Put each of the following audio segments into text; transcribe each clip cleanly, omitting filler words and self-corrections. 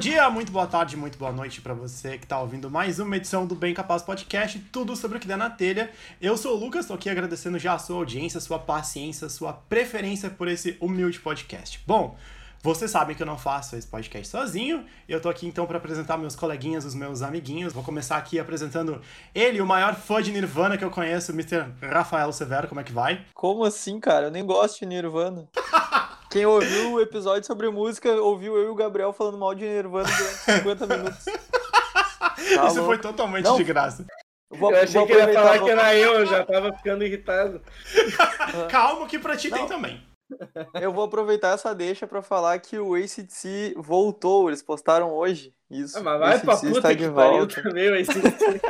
dia, muito boa tarde, muito boa noite pra você que tá ouvindo mais uma edição do Bem Capaz Podcast, tudo sobre o que der na telha. Eu sou o Lucas, tô aqui agradecendo já a sua audiência, a sua paciência, a sua preferência por esse humilde podcast. Bom, vocês sabem que eu não faço esse podcast sozinho, eu tô aqui então pra apresentar meus coleguinhas, os meus amiguinhos. Vou começar aqui apresentando ele, o maior fã de Nirvana que eu conheço, Mr. Rafael Severo, como é que vai? Como assim, cara? Eu nem gosto de Nirvana. Quem ouviu o episódio sobre música, ouviu eu e o Gabriel falando mal de Nirvana durante 50 minutos. Tá Isso louco. foi totalmente Não. de graça. Vou Eu achei que ele ia aproveitar, falar que era eu já tava ficando irritado. Calma que pra ti tem Não. também. Eu vou aproveitar essa deixa pra falar que o AC/DC voltou, eles postaram hoje. Isso. Ah, mas vai pra AC/DC puta está que de pariu volta. também, vai ser.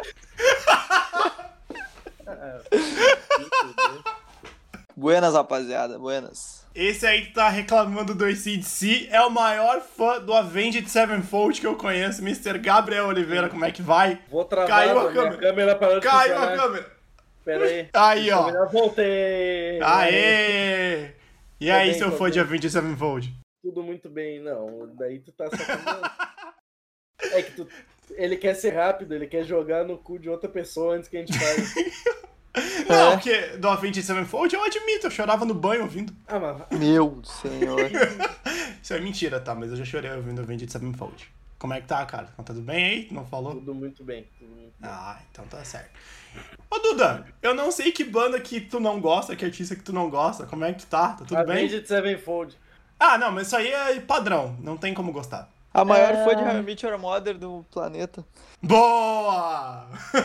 Buenas, rapaziada, buenas. Esse aí que tá reclamando do AC/DC é o maior fã do Avenged Sevenfold que eu conheço, Mr. Gabriel Oliveira, como é que vai? Vou travar, Caiu a minha câmera. câmera parou de Caiu a funcionar. câmera! Pera aí. Aí, ó. Eu voltei. Aê! E Tô aí, bem, seu tô fã de bem. Avenged Sevenfold? Tudo muito bem. Não, daí tu tá sacaneando. É que ele quer ser rápido, ele quer jogar no cu de outra pessoa antes que a gente fale. Não, porque do Avenged Sevenfold eu admito, eu chorava no banho ouvindo. Ah, mas Meu senhor. Isso é mentira, tá? Mas eu já chorei ouvindo Avenged Sevenfold. Como é que tá, cara? Tá tudo bem aí? Não falou? tudo muito bem. Tudo muito bem. Ah, então tá certo. Ô, Duda, eu não sei que banda que tu não gosta, que artista que tu não gosta. Como é que tu tá? Tá tudo bem? Avenged Sevenfold. Ah, não, mas isso aí é padrão. Não tem como gostar. A maior fã de How I Met Your Mother do planeta. Boa!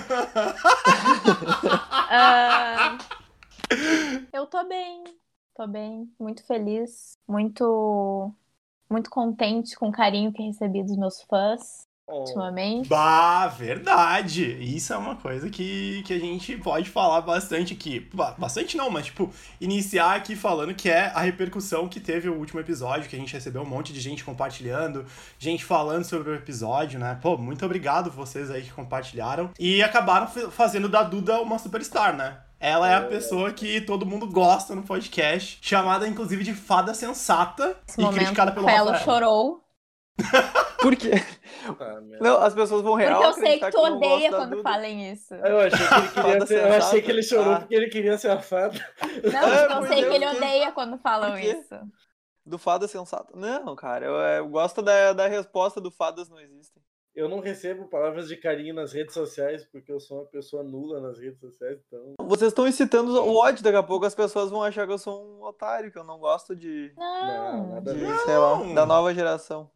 Eu tô bem, muito feliz, muito contente com o carinho que recebi dos meus fãs ultimamente. Bah, verdade! Isso é uma coisa que a gente pode falar bastante aqui. Bastante não, mas tipo, iniciar aqui falando que é a repercussão que teve o último episódio, que a gente recebeu um monte de gente compartilhando, gente falando sobre o episódio, né? Pô, muito obrigado vocês aí que compartilharam. E acabaram fazendo da Duda uma superstar, né? Ela é a pessoa que todo mundo gosta no podcast, chamada inclusive de Fada Sensata Nesse e momento, criticada pelo Rafael Rafael. chorou. Por quê? Ah, meu. Não, as pessoas vão real Porque eu sei que acreditar tu não odeia gosto da quando Duda. falem isso. Eu achei que ele queria Fada ser, eu achei que ele sensata. chorou Ah. porque ele queria ser a fada. Não, É, porque eu por sei Deus, que ele que- odeia quando falam Por quê? isso. Do Fada Sensata. Não, cara, eu gosto da resposta do Fadas Não Existem. Eu não recebo palavras de carinho nas redes sociais porque eu sou uma pessoa nula nas redes sociais, então. Vocês estão incitando o ódio, daqui a pouco as pessoas vão achar que eu sou um otário, que eu não gosto de Não, nada a ver. sei lá, da nova geração.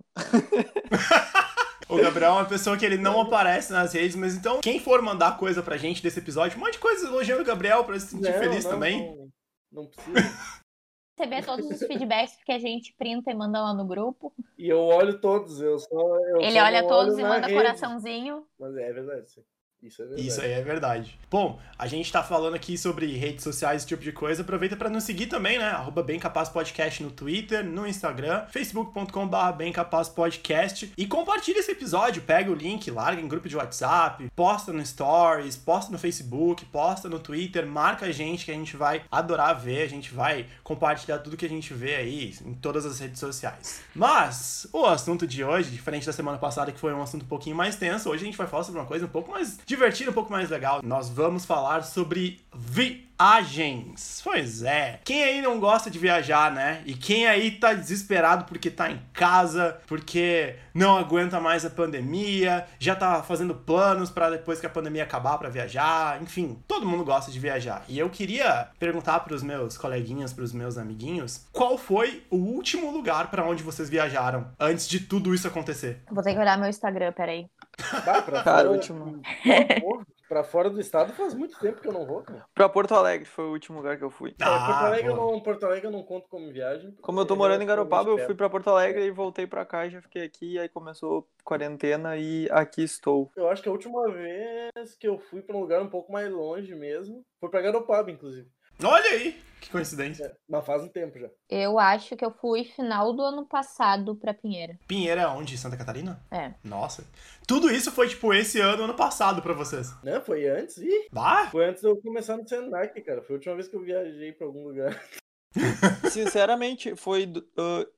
O Gabriel é uma pessoa que ele não aparece nas redes, mas então, quem for mandar coisa pra gente desse episódio, mande coisas elogiando o Gabriel pra se sentir feliz também. Não precisa. Receber todos os feedbacks que a gente printa e manda lá no grupo. E eu olho todos, eu Ele só olha não todos olho e na manda rede. coraçãozinho. Mas é verdade, sim. Isso é verdade. Isso aí é verdade. Bom, a gente tá falando aqui sobre redes sociais, esse tipo de coisa. Aproveita pra nos seguir também, né? @BemCapazPodcast no Twitter, no Instagram, facebook.com/BemCapazPodcast. E compartilha esse episódio. Pega o link, larga em grupo de WhatsApp, posta no Stories, posta no Facebook, posta no Twitter, marca a gente que a gente vai adorar ver. A gente vai compartilhar tudo que a gente vê aí em todas as redes sociais. Mas o assunto de hoje, diferente da semana passada, que foi um assunto um pouquinho mais tenso, hoje a gente vai falar sobre uma coisa um pouco mais divertida, um pouco mais legal. Nós vamos falar sobre viagens. Pois é. Quem aí não gosta de viajar, né? E quem aí tá desesperado porque tá em casa, porque não aguenta mais a pandemia, já tá fazendo planos pra depois que a pandemia acabar pra viajar. Enfim, todo mundo gosta de viajar. E eu queria perguntar pros meus coleguinhas, pros meus amiguinhos, qual foi o último lugar pra onde vocês viajaram antes de tudo isso acontecer? Vou ter que olhar meu Instagram, peraí. Bah, pra Cara, fora, último. Pra fora do estado faz muito tempo que eu não vou, cara. Pra Porto Alegre foi o último lugar que eu fui. Porto Alegre eu não conto como viagem. Como eu tô morando em Garopaba, eu fui pra Porto Alegre e voltei pra cá e já fiquei aqui. Aí começou quarentena e aqui estou. Eu acho que a última vez que eu fui pra um lugar um pouco mais longe mesmo foi pra Garopaba, inclusive. Olha aí, que coincidência. Mas faz um tempo já. Eu acho que eu fui final do ano passado pra Pinheira. Pinheiro é onde? Santa Catarina? É. Nossa. Tudo isso foi, tipo, esse ano passado pra vocês. Não, foi antes? Ih, Bah! foi antes de eu começar no Senac, cara. Foi a última vez que eu viajei pra algum lugar. Sinceramente, foi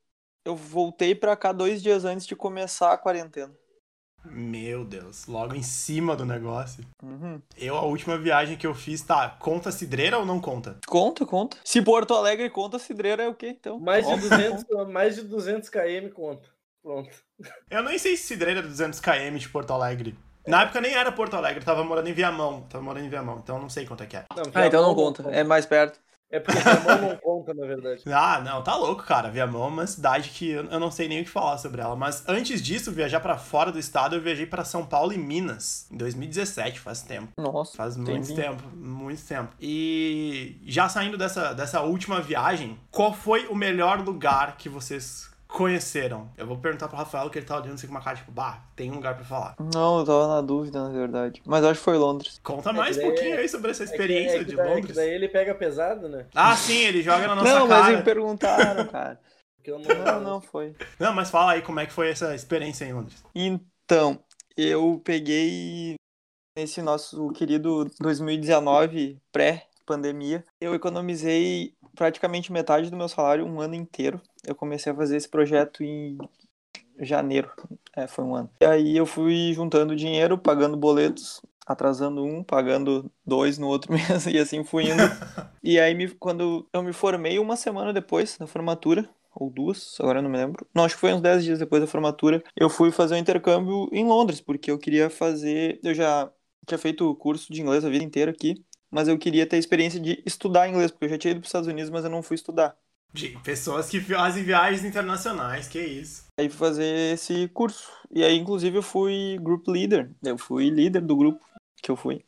Eu voltei pra cá 2 dias antes de começar a quarentena. Meu Deus, logo em cima do negócio. Uhum. A última viagem que eu fiz, tá, conta cidreira ou não conta? Conta. Se Porto Alegre conta, Cidreira é o quê, então? Mais de Óbvio. 200 km conta. Pronto. Eu nem sei se cidreira é 200 km de Porto Alegre. Na época nem era Porto Alegre, eu tava morando em Viamão. Então não sei quanto é que é. Não, Então não Viamão conta, é mais perto. É porque Viamão não conta, na verdade. Ah, não, tá louco, cara. Viamão é uma cidade que eu não sei nem o que falar sobre ela. Mas antes disso, viajar pra fora do estado, eu viajei pra São Paulo e Minas. Em 2017, faz tempo. Nossa, Faz tempinho. muito tempo. E já saindo dessa última viagem, qual foi o melhor lugar que vocês conheceram? Eu vou perguntar pro Rafael, que ele tá olhando assim com uma cara, tipo, tem um lugar pra falar. Não, eu tava na dúvida, na verdade. Mas acho que foi Londres. Conta mais um daí- pouquinho aí sobre essa experiência de É Londres. que daí ele pega pesado, né? Ah, sim, ele joga na nossa Não, cara. mas me perguntaram, cara. Porque eu não... Não foi. Não, mas fala aí como é que foi essa experiência em Londres. Então, eu peguei nesse nosso querido 2019, pré-pandemia, eu economizei praticamente metade do meu salário um ano inteiro. Eu comecei a fazer esse projeto em janeiro. Foi um ano. E aí eu fui juntando dinheiro, pagando boletos, atrasando um, pagando 2 no outro mês, e assim fui indo. E aí, quando eu me formei, uma semana depois da formatura, ou 2, agora eu não me lembro. Não, acho que foi uns 10 dias depois da formatura, eu fui fazer um intercâmbio em Londres, porque eu queria fazer... Eu já tinha feito curso de inglês a vida inteira aqui, mas eu queria ter a experiência de estudar inglês, porque eu já tinha ido para os Estados Unidos, mas eu não fui estudar. De pessoas que fazem viagens internacionais, que isso. Aí fui fazer esse curso. E aí, inclusive, eu fui group leader. Eu fui líder do grupo que eu fui.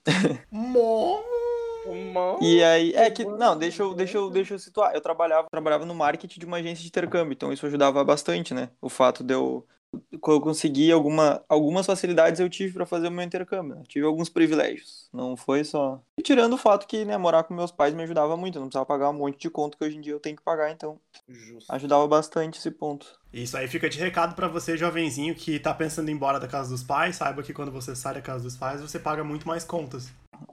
E aí, não, deixa eu situar. Eu trabalhava no marketing de uma agência de intercâmbio, então isso ajudava bastante, né? O fato de eu conseguir algumas facilidades eu tive para fazer o meu intercâmbio, né? Tive alguns privilégios. Não foi só. E tirando o fato que, né, morar com meus pais me ajudava muito, eu não precisava pagar um monte de conta que hoje em dia eu tenho que pagar, então Justo. ajudava bastante esse ponto. Isso aí fica de recado pra você, jovenzinho, que tá pensando em ir embora da casa dos pais. Saiba que quando você sai da casa dos pais, você paga muito mais contas.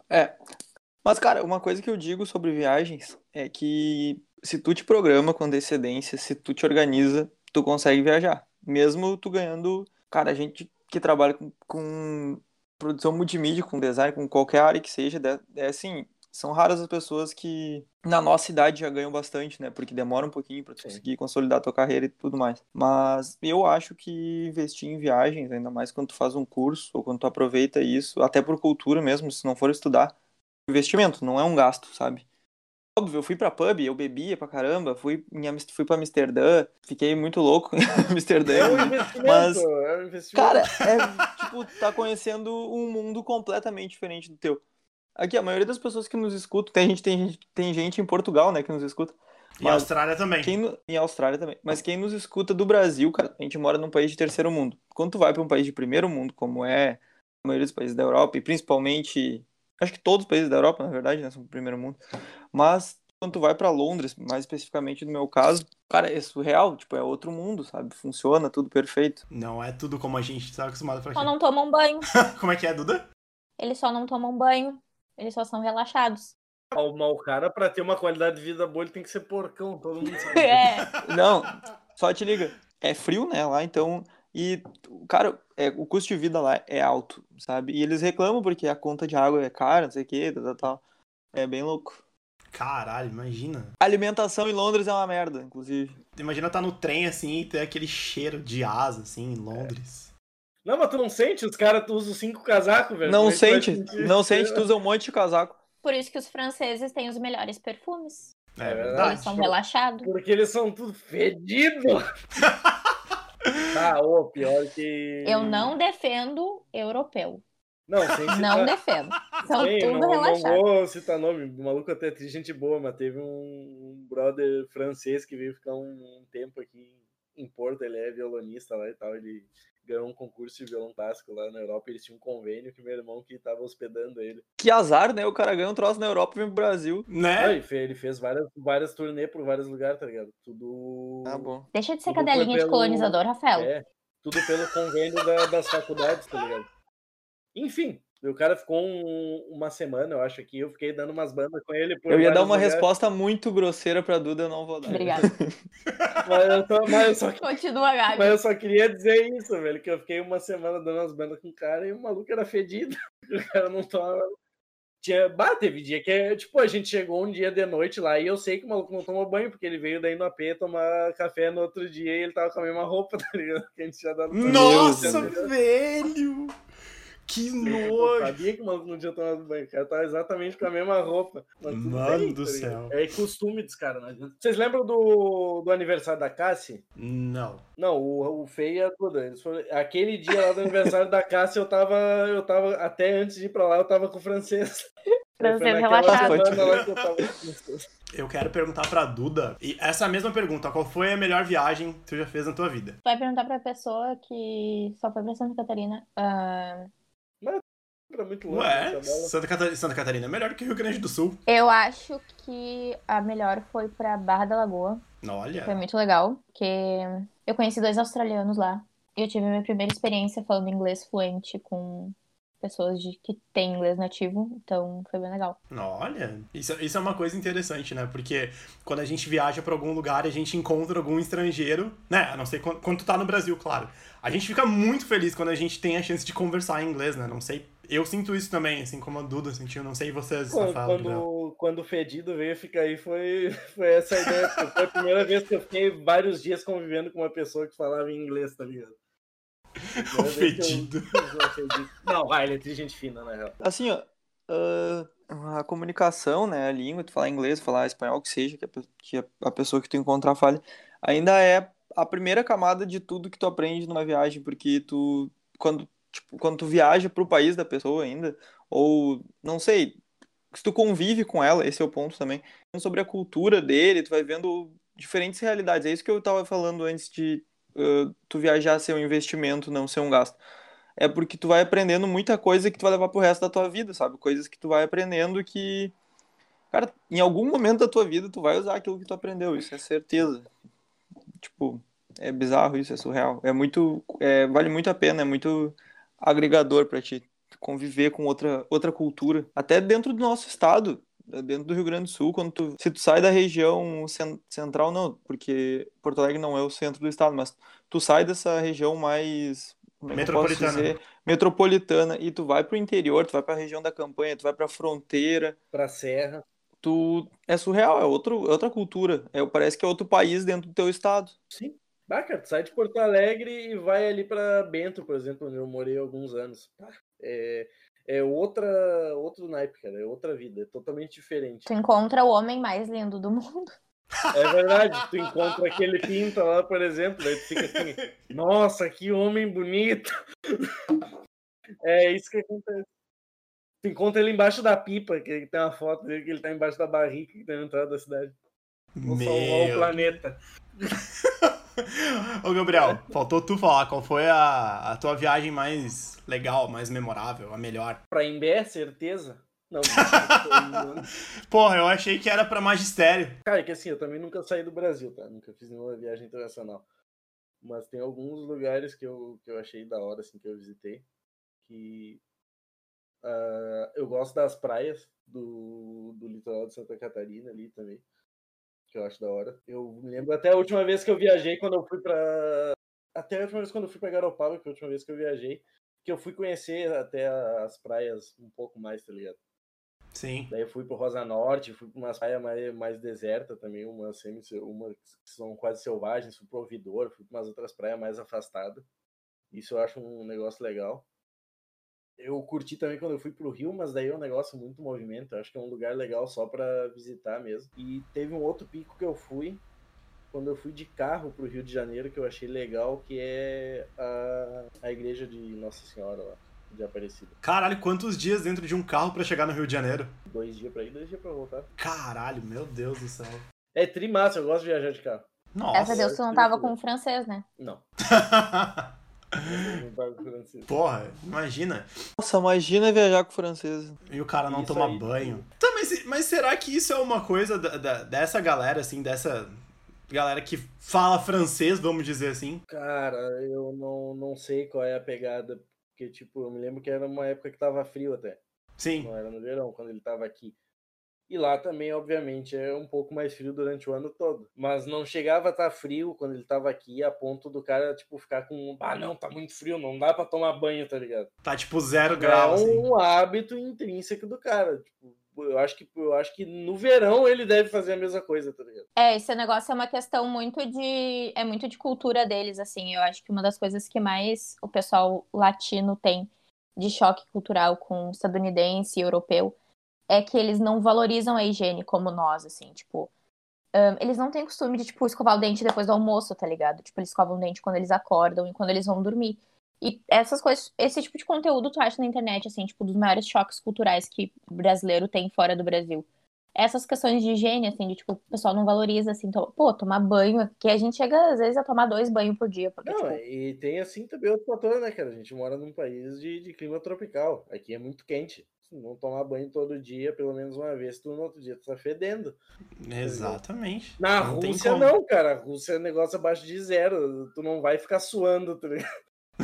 Mas, cara, uma coisa que eu digo sobre viagens é que se tu te programa com antecedência, se tu te organiza, tu consegue viajar. Mesmo tu ganhando... Cara, a gente que trabalha com produção multimídia, com design, com qualquer área que seja, assim, são raras as pessoas que na nossa idade já ganham bastante, né? Porque demora um pouquinho pra tu conseguir consolidar tua carreira e tudo mais. Mas eu acho que investir em viagens, ainda mais quando tu faz um curso ou quando tu aproveita isso, até por cultura mesmo, se não for estudar, investimento, não é um gasto, sabe? Óbvio, eu fui pra pub, eu bebia pra caramba, fui pra Amsterdã, fiquei muito louco em Amsterdã. É um investimento, mas, é um investimento. cara, tipo, tá conhecendo um mundo completamente diferente do teu. Aqui, a maioria das pessoas que nos escutam, tem gente em Portugal, né, que nos escuta. E a Austrália também. Em Austrália também. Mas quem nos escuta do Brasil, cara, a gente mora num país de terceiro mundo. Quando tu vai pra um país de primeiro mundo, como é a maioria dos países da Europa, e principalmente... Acho que todos os países da Europa, na verdade, né, são do primeiro mundo. Mas quando tu vai pra Londres, mais especificamente no meu caso, cara, é surreal, tipo, é outro mundo, sabe? Funciona, tudo perfeito. Não é tudo como a gente tá acostumado pra aqui. Só não tomam banho. Como é que é, Duda? Eles só não tomam banho. Eles só são relaxados. O cara, pra ter uma qualidade de vida boa, ele tem que ser porcão, todo mundo sabe. Não, só te liga. É frio, né, lá, então... E, cara, o custo de vida lá é alto, sabe? E eles reclamam porque a conta de água é cara, não sei o que, tal. É bem louco. Caralho, imagina. A alimentação em Londres é uma merda, inclusive. Imagina tá no trem, assim, e ter aquele cheiro de asa, assim, em Londres. Não, mas tu não sente? Os caras usam 5 casacos, velho. Não sente, tu usa um monte de casaco. Por isso que os franceses têm os melhores perfumes. É verdade. Eles são relaxados. Porque eles são tudo fedidos. Pior que... Eu não defendo europeu. Não, não defendo. São tudo relaxados. Não vou citar nome. O maluco até tem gente boa, mas teve um brother francês que veio ficar um tempo aqui em Porto. Ele é violonista lá e tal. Ele ganhou um concurso de violão clássico lá na Europa. Eles tinham um convênio que meu irmão que tava hospedando ele. Que azar, né? O cara ganha um troço na Europa e vem pro Brasil. Né? Ele fez várias turnês por vários lugares, tá ligado? Tudo... Ah, bom. Deixa de ser cadelinha de colonizador, Rafael. Tudo pelo convênio das faculdades, tá ligado? Enfim, O cara ficou uma semana, eu acho, aqui. Eu fiquei dando umas bandas com ele. Eu ia dar uma resposta muito grosseira pra Duda, eu não vou dar. Obrigada. Continua, Gabi. Mas eu só queria dizer isso, velho, que eu fiquei uma semana dando umas bandas com o cara e o maluco era fedido. O cara não toma... Teve dia que, tipo, a gente chegou um dia de noite lá e eu sei que o maluco não tomou banho, porque ele veio daí no AP tomar café no outro dia e ele tava com a mesma roupa, tá ligado? Que a gente já dava... Nossa, velho! Que nojo! Eu sabia que o maluco não tinha tomado banho, o cara tava exatamente com a mesma roupa. Mano do céu. É costume dos caras, não adianta. Vocês lembram do aniversário da Cassie? Não. Não, o Fê e a Duda. Aquele dia lá do aniversário da Cassie, eu tava, até antes de ir pra lá, eu tava com o francês. Francês relaxado. Eu quero perguntar pra Duda, e essa mesma pergunta, qual foi a melhor viagem que tu já fez na tua vida? Vai perguntar pra pessoa que só foi pra Santa Catarina. Pra muito longe. Ué, Santa Catarina é melhor que o Rio Grande do Sul. Eu acho que a melhor foi pra Barra da Lagoa. Olha. Foi muito legal, porque eu conheci 2 australianos lá. E eu tive a minha primeira experiência falando inglês fluente com pessoas que têm inglês nativo, então foi bem legal. Olha, isso é uma coisa interessante, né? Porque quando a gente viaja pra algum lugar e a gente encontra algum estrangeiro, né? A não ser quando tu tá no Brasil, claro. A gente fica muito feliz quando a gente tem a chance de conversar em inglês, né? Não sei, eu sinto isso também, assim como a Duda sentiu, não sei vocês. Quando o Fedido veio ficar aí, foi essa a ideia. Foi a primeira vez que eu fiquei vários dias convivendo com uma pessoa que falava em inglês, tá ligado? O Fedido. Não, vai, ele é de gente fina, na real. Assim, ó, a comunicação, né, a língua, tu falar inglês, falar espanhol, que seja, que a pessoa que tu encontrar fale, ainda é a primeira camada de tudo que tu aprende numa viagem, porque quando tu viaja pro país da pessoa ainda, ou, não sei, se tu convive com ela, esse é o ponto também, sobre a cultura dele, tu vai vendo diferentes realidades, é isso que eu tava falando antes de tu viajar ser um investimento, não ser um gasto. É porque tu vai aprendendo muita coisa que tu vai levar pro resto da tua vida, sabe? Coisas que tu vai aprendendo que, cara, em algum momento da tua vida tu vai usar aquilo que tu aprendeu, isso é certeza. Tipo, é bizarro isso, é surreal. Vale muito a pena, é muito agregador pra ti conviver com outra cultura. Até dentro do nosso estado, dentro do Rio Grande do Sul, se tu sai da região central, não, porque Porto Alegre não é o centro do estado, mas tu sai dessa região mais metropolitana e tu vai pro interior, tu vai pra região da campanha, tu vai pra fronteira, pra serra. É surreal, é outra cultura, parece que é outro país dentro do teu estado. Sim. Cara, tu sai de Porto Alegre e vai ali pra Bento, por exemplo, onde eu morei há alguns anos. É outro naipe, cara, é outra vida, é totalmente diferente. Tu encontra o homem mais lindo do mundo. É verdade, tu encontra aquele pinta lá, por exemplo, daí tu fica assim, nossa, que homem bonito. É isso que acontece. Tu encontra ele embaixo da pipa, que tem uma foto dele que ele tá embaixo da barrica que tá na entrada da cidade. Vou salvar o planeta. Ô, Gabriel, faltou tu falar qual foi a tua viagem mais legal, mais memorável, a melhor. Pra Imbé, certeza? Não. Porra, eu achei que era pra magistério. Cara, é que assim, eu também nunca saí do Brasil, tá? Nunca fiz nenhuma viagem internacional. Mas tem alguns lugares que eu achei da hora, assim, que eu visitei. Que eu gosto das praias do litoral de Santa Catarina ali também. Que eu acho da hora. Eu me lembro até a última vez que eu viajei, quando eu fui pra... Até a última vez quando eu fui pra Garopaba, que foi a última vez que eu viajei, que eu fui conhecer até as praias um pouco mais, tá ligado? Sim. Daí eu fui pro Rosa Norte, fui pra umas praias mais desertas também, uma que são quase selvagens, fui pro Ouvidor, fui pra umas outras praias mais afastadas. Isso eu acho um negócio legal. Eu curti também quando eu fui pro Rio, mas daí é um negócio muito movimento. Eu acho que é um lugar legal só pra visitar mesmo. E teve um outro pico que eu fui, quando eu fui de carro pro Rio de Janeiro, que eu achei legal, que é a igreja de Nossa Senhora lá, de Aparecida. Caralho, quantos dias dentro de um carro pra chegar no Rio de Janeiro? 2 dias pra ir, 2 dias pra voltar. Caralho, meu Deus do céu. É trimassa, eu gosto de viajar de carro. Nossa. Graças a Deus tu não tava com o francês, né? Não. Porra, imagina. Nossa, imagina viajar com o francês. E o cara não toma banho. Tá, mas será que isso é uma coisa dessa galera, assim, dessa galera que fala francês, vamos dizer assim? Cara, eu não sei qual é a pegada. porque, tipo, eu me lembro que era uma época que tava frio até. Sim. Não era no verão, quando ele tava aqui. E lá também, obviamente, é um pouco mais frio durante o ano todo. Mas não chegava a estar frio quando ele tava aqui, a ponto do cara, tipo, ficar com... Ah, não, tá muito frio, não dá pra tomar banho, tá ligado? Tá tipo 0 É graus, assim. um hábito intrínseco do cara. Tipo, eu acho que no verão ele deve fazer a mesma coisa, tá ligado? Esse negócio é uma questão muito de... É muito de cultura deles, assim. Eu acho que uma das coisas que mais o pessoal latino tem de choque cultural com o estadunidense e europeu é que eles não valorizam a higiene como nós, assim. Tipo, eles não têm costume de, tipo, escovar o dente depois do almoço, tá ligado? Tipo, eles escovam o dente quando eles acordam e quando eles vão dormir. E essas coisas, esse tipo de conteúdo tu acha na internet, assim, tipo, dos maiores choques culturais que o brasileiro tem fora do Brasil. Essas questões de higiene, assim, de, tipo, o pessoal não valoriza, assim, pô, tomar banho, que a gente chega, às vezes, a tomar 2 banhos por dia, porque, Não, tipo, e tem assim também outro fator, né, cara? A gente mora num país de clima tropical. Aqui é muito quente. Se não tomar banho todo dia, pelo menos uma vez, tu no outro dia tu tá fedendo. Exatamente. Na Não tem Rússia como. não, cara. A Rússia é negócio abaixo de 0. Tu não vai ficar suando, tá ligado?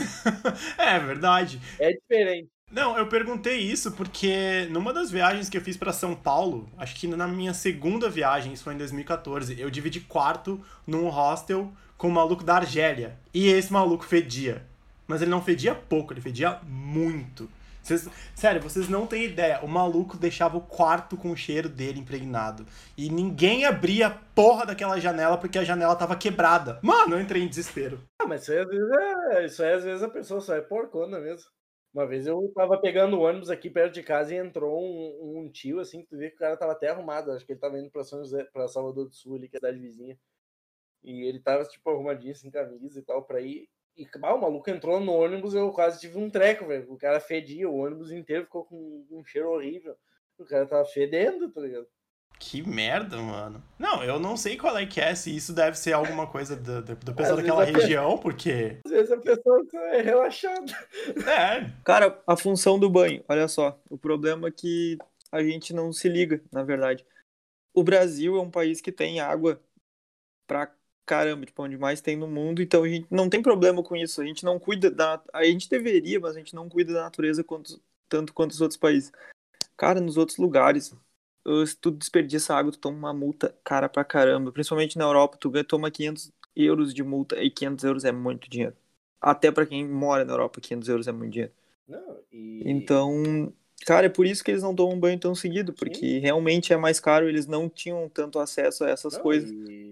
É verdade. É diferente. Não, eu perguntei isso porque numa das viagens que eu fiz pra São Paulo, acho que na minha segunda viagem, isso foi em 2014, eu dividi quarto num hostel com um maluco da Argélia. E esse maluco fedia. Mas ele não fedia pouco, ele fedia muito. Sério, vocês não têm ideia. O maluco deixava o quarto com o cheiro dele impregnado. E ninguém abria a porra daquela janela porque a janela tava quebrada. Mano, eu entrei em desespero. Ah, mas isso aí às vezes a pessoa só é porcona mesmo. Uma vez eu tava pegando o ônibus aqui perto de casa e entrou um tio, assim, que tu vê que o cara tava até arrumado. Acho que ele tava indo pra São José, pra Salvador do Sul, ali, que é a cidade vizinha. E ele tava, tipo, arrumadinho, assim, camisa e tal, pra ir. E, o maluco entrou no ônibus, eu quase tive um treco, velho. O cara fedia, o ônibus inteiro ficou com um cheiro horrível. O cara tava fedendo, tá ligado? Que merda, mano. Não, eu não sei qual é que é, se isso deve ser alguma coisa do pessoal Às daquela vezes a região, porque. Às vezes a pessoa é relaxada. É, Cara, a função do banho, olha só. O problema é que a gente não se liga, na verdade. O Brasil é um país que tem água pra caramba, tipo, onde mais tem no mundo, então a gente não tem problema com isso. A gente não cuida da. A gente deveria, mas a gente não cuida da natureza tanto quanto os outros países. Cara, nos outros lugares, se tu desperdiça água, tu toma uma multa cara pra caramba. Principalmente na Europa, toma 500 euros de multa, e 500 euros é muito dinheiro. Até pra quem mora na Europa, 500 euros é muito dinheiro. Não, Então, cara, é por isso que eles não tomam banho tão seguido, porque realmente é mais caro, eles não tinham tanto acesso a essas Não, coisas.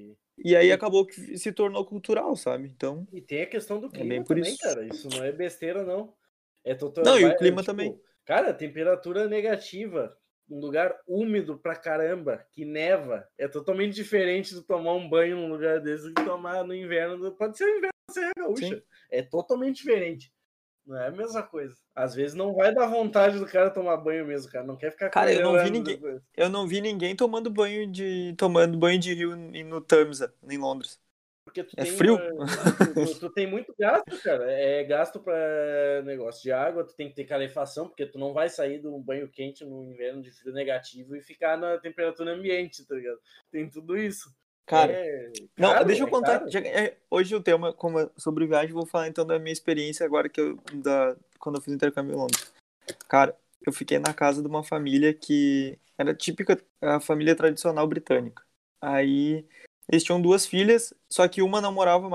E aí acabou que se tornou cultural, sabe? Então, E tem a questão do é bem clima por também, isso. cara. Isso não é besteira, não. É total. Não, e o clima também. Cara, temperatura negativa, um lugar úmido pra caramba, que neva, é totalmente diferente de tomar um banho num lugar desse que tomar no inverno. Pode ser o inverno da Serra Gaúcha. Sim. É totalmente diferente. Não é a mesma coisa. Às vezes não vai dar vontade do cara tomar banho mesmo, cara. Não quer ficar Cara, eu não vi congelando ninguém. Eu não vi ninguém tomando banho de rio no Tâmisa, em Londres. Porque tu É tem frio. tu tem muito gasto, cara. É gasto para negócio de água, tu tem que ter calefação, porque tu não vai sair de um banho quente no inverno de frio negativo e ficar na temperatura ambiente, tá ligado? Tem tudo isso. Cara, não, caro, deixa eu contar. caro. Hoje o tema sobre viagem, vou falar então da minha experiência agora quando eu fiz intercâmbio em Londres. Cara, eu fiquei na casa de uma família que era típica, a família tradicional britânica. Aí eles tinham 2 filhas, só que uma não morava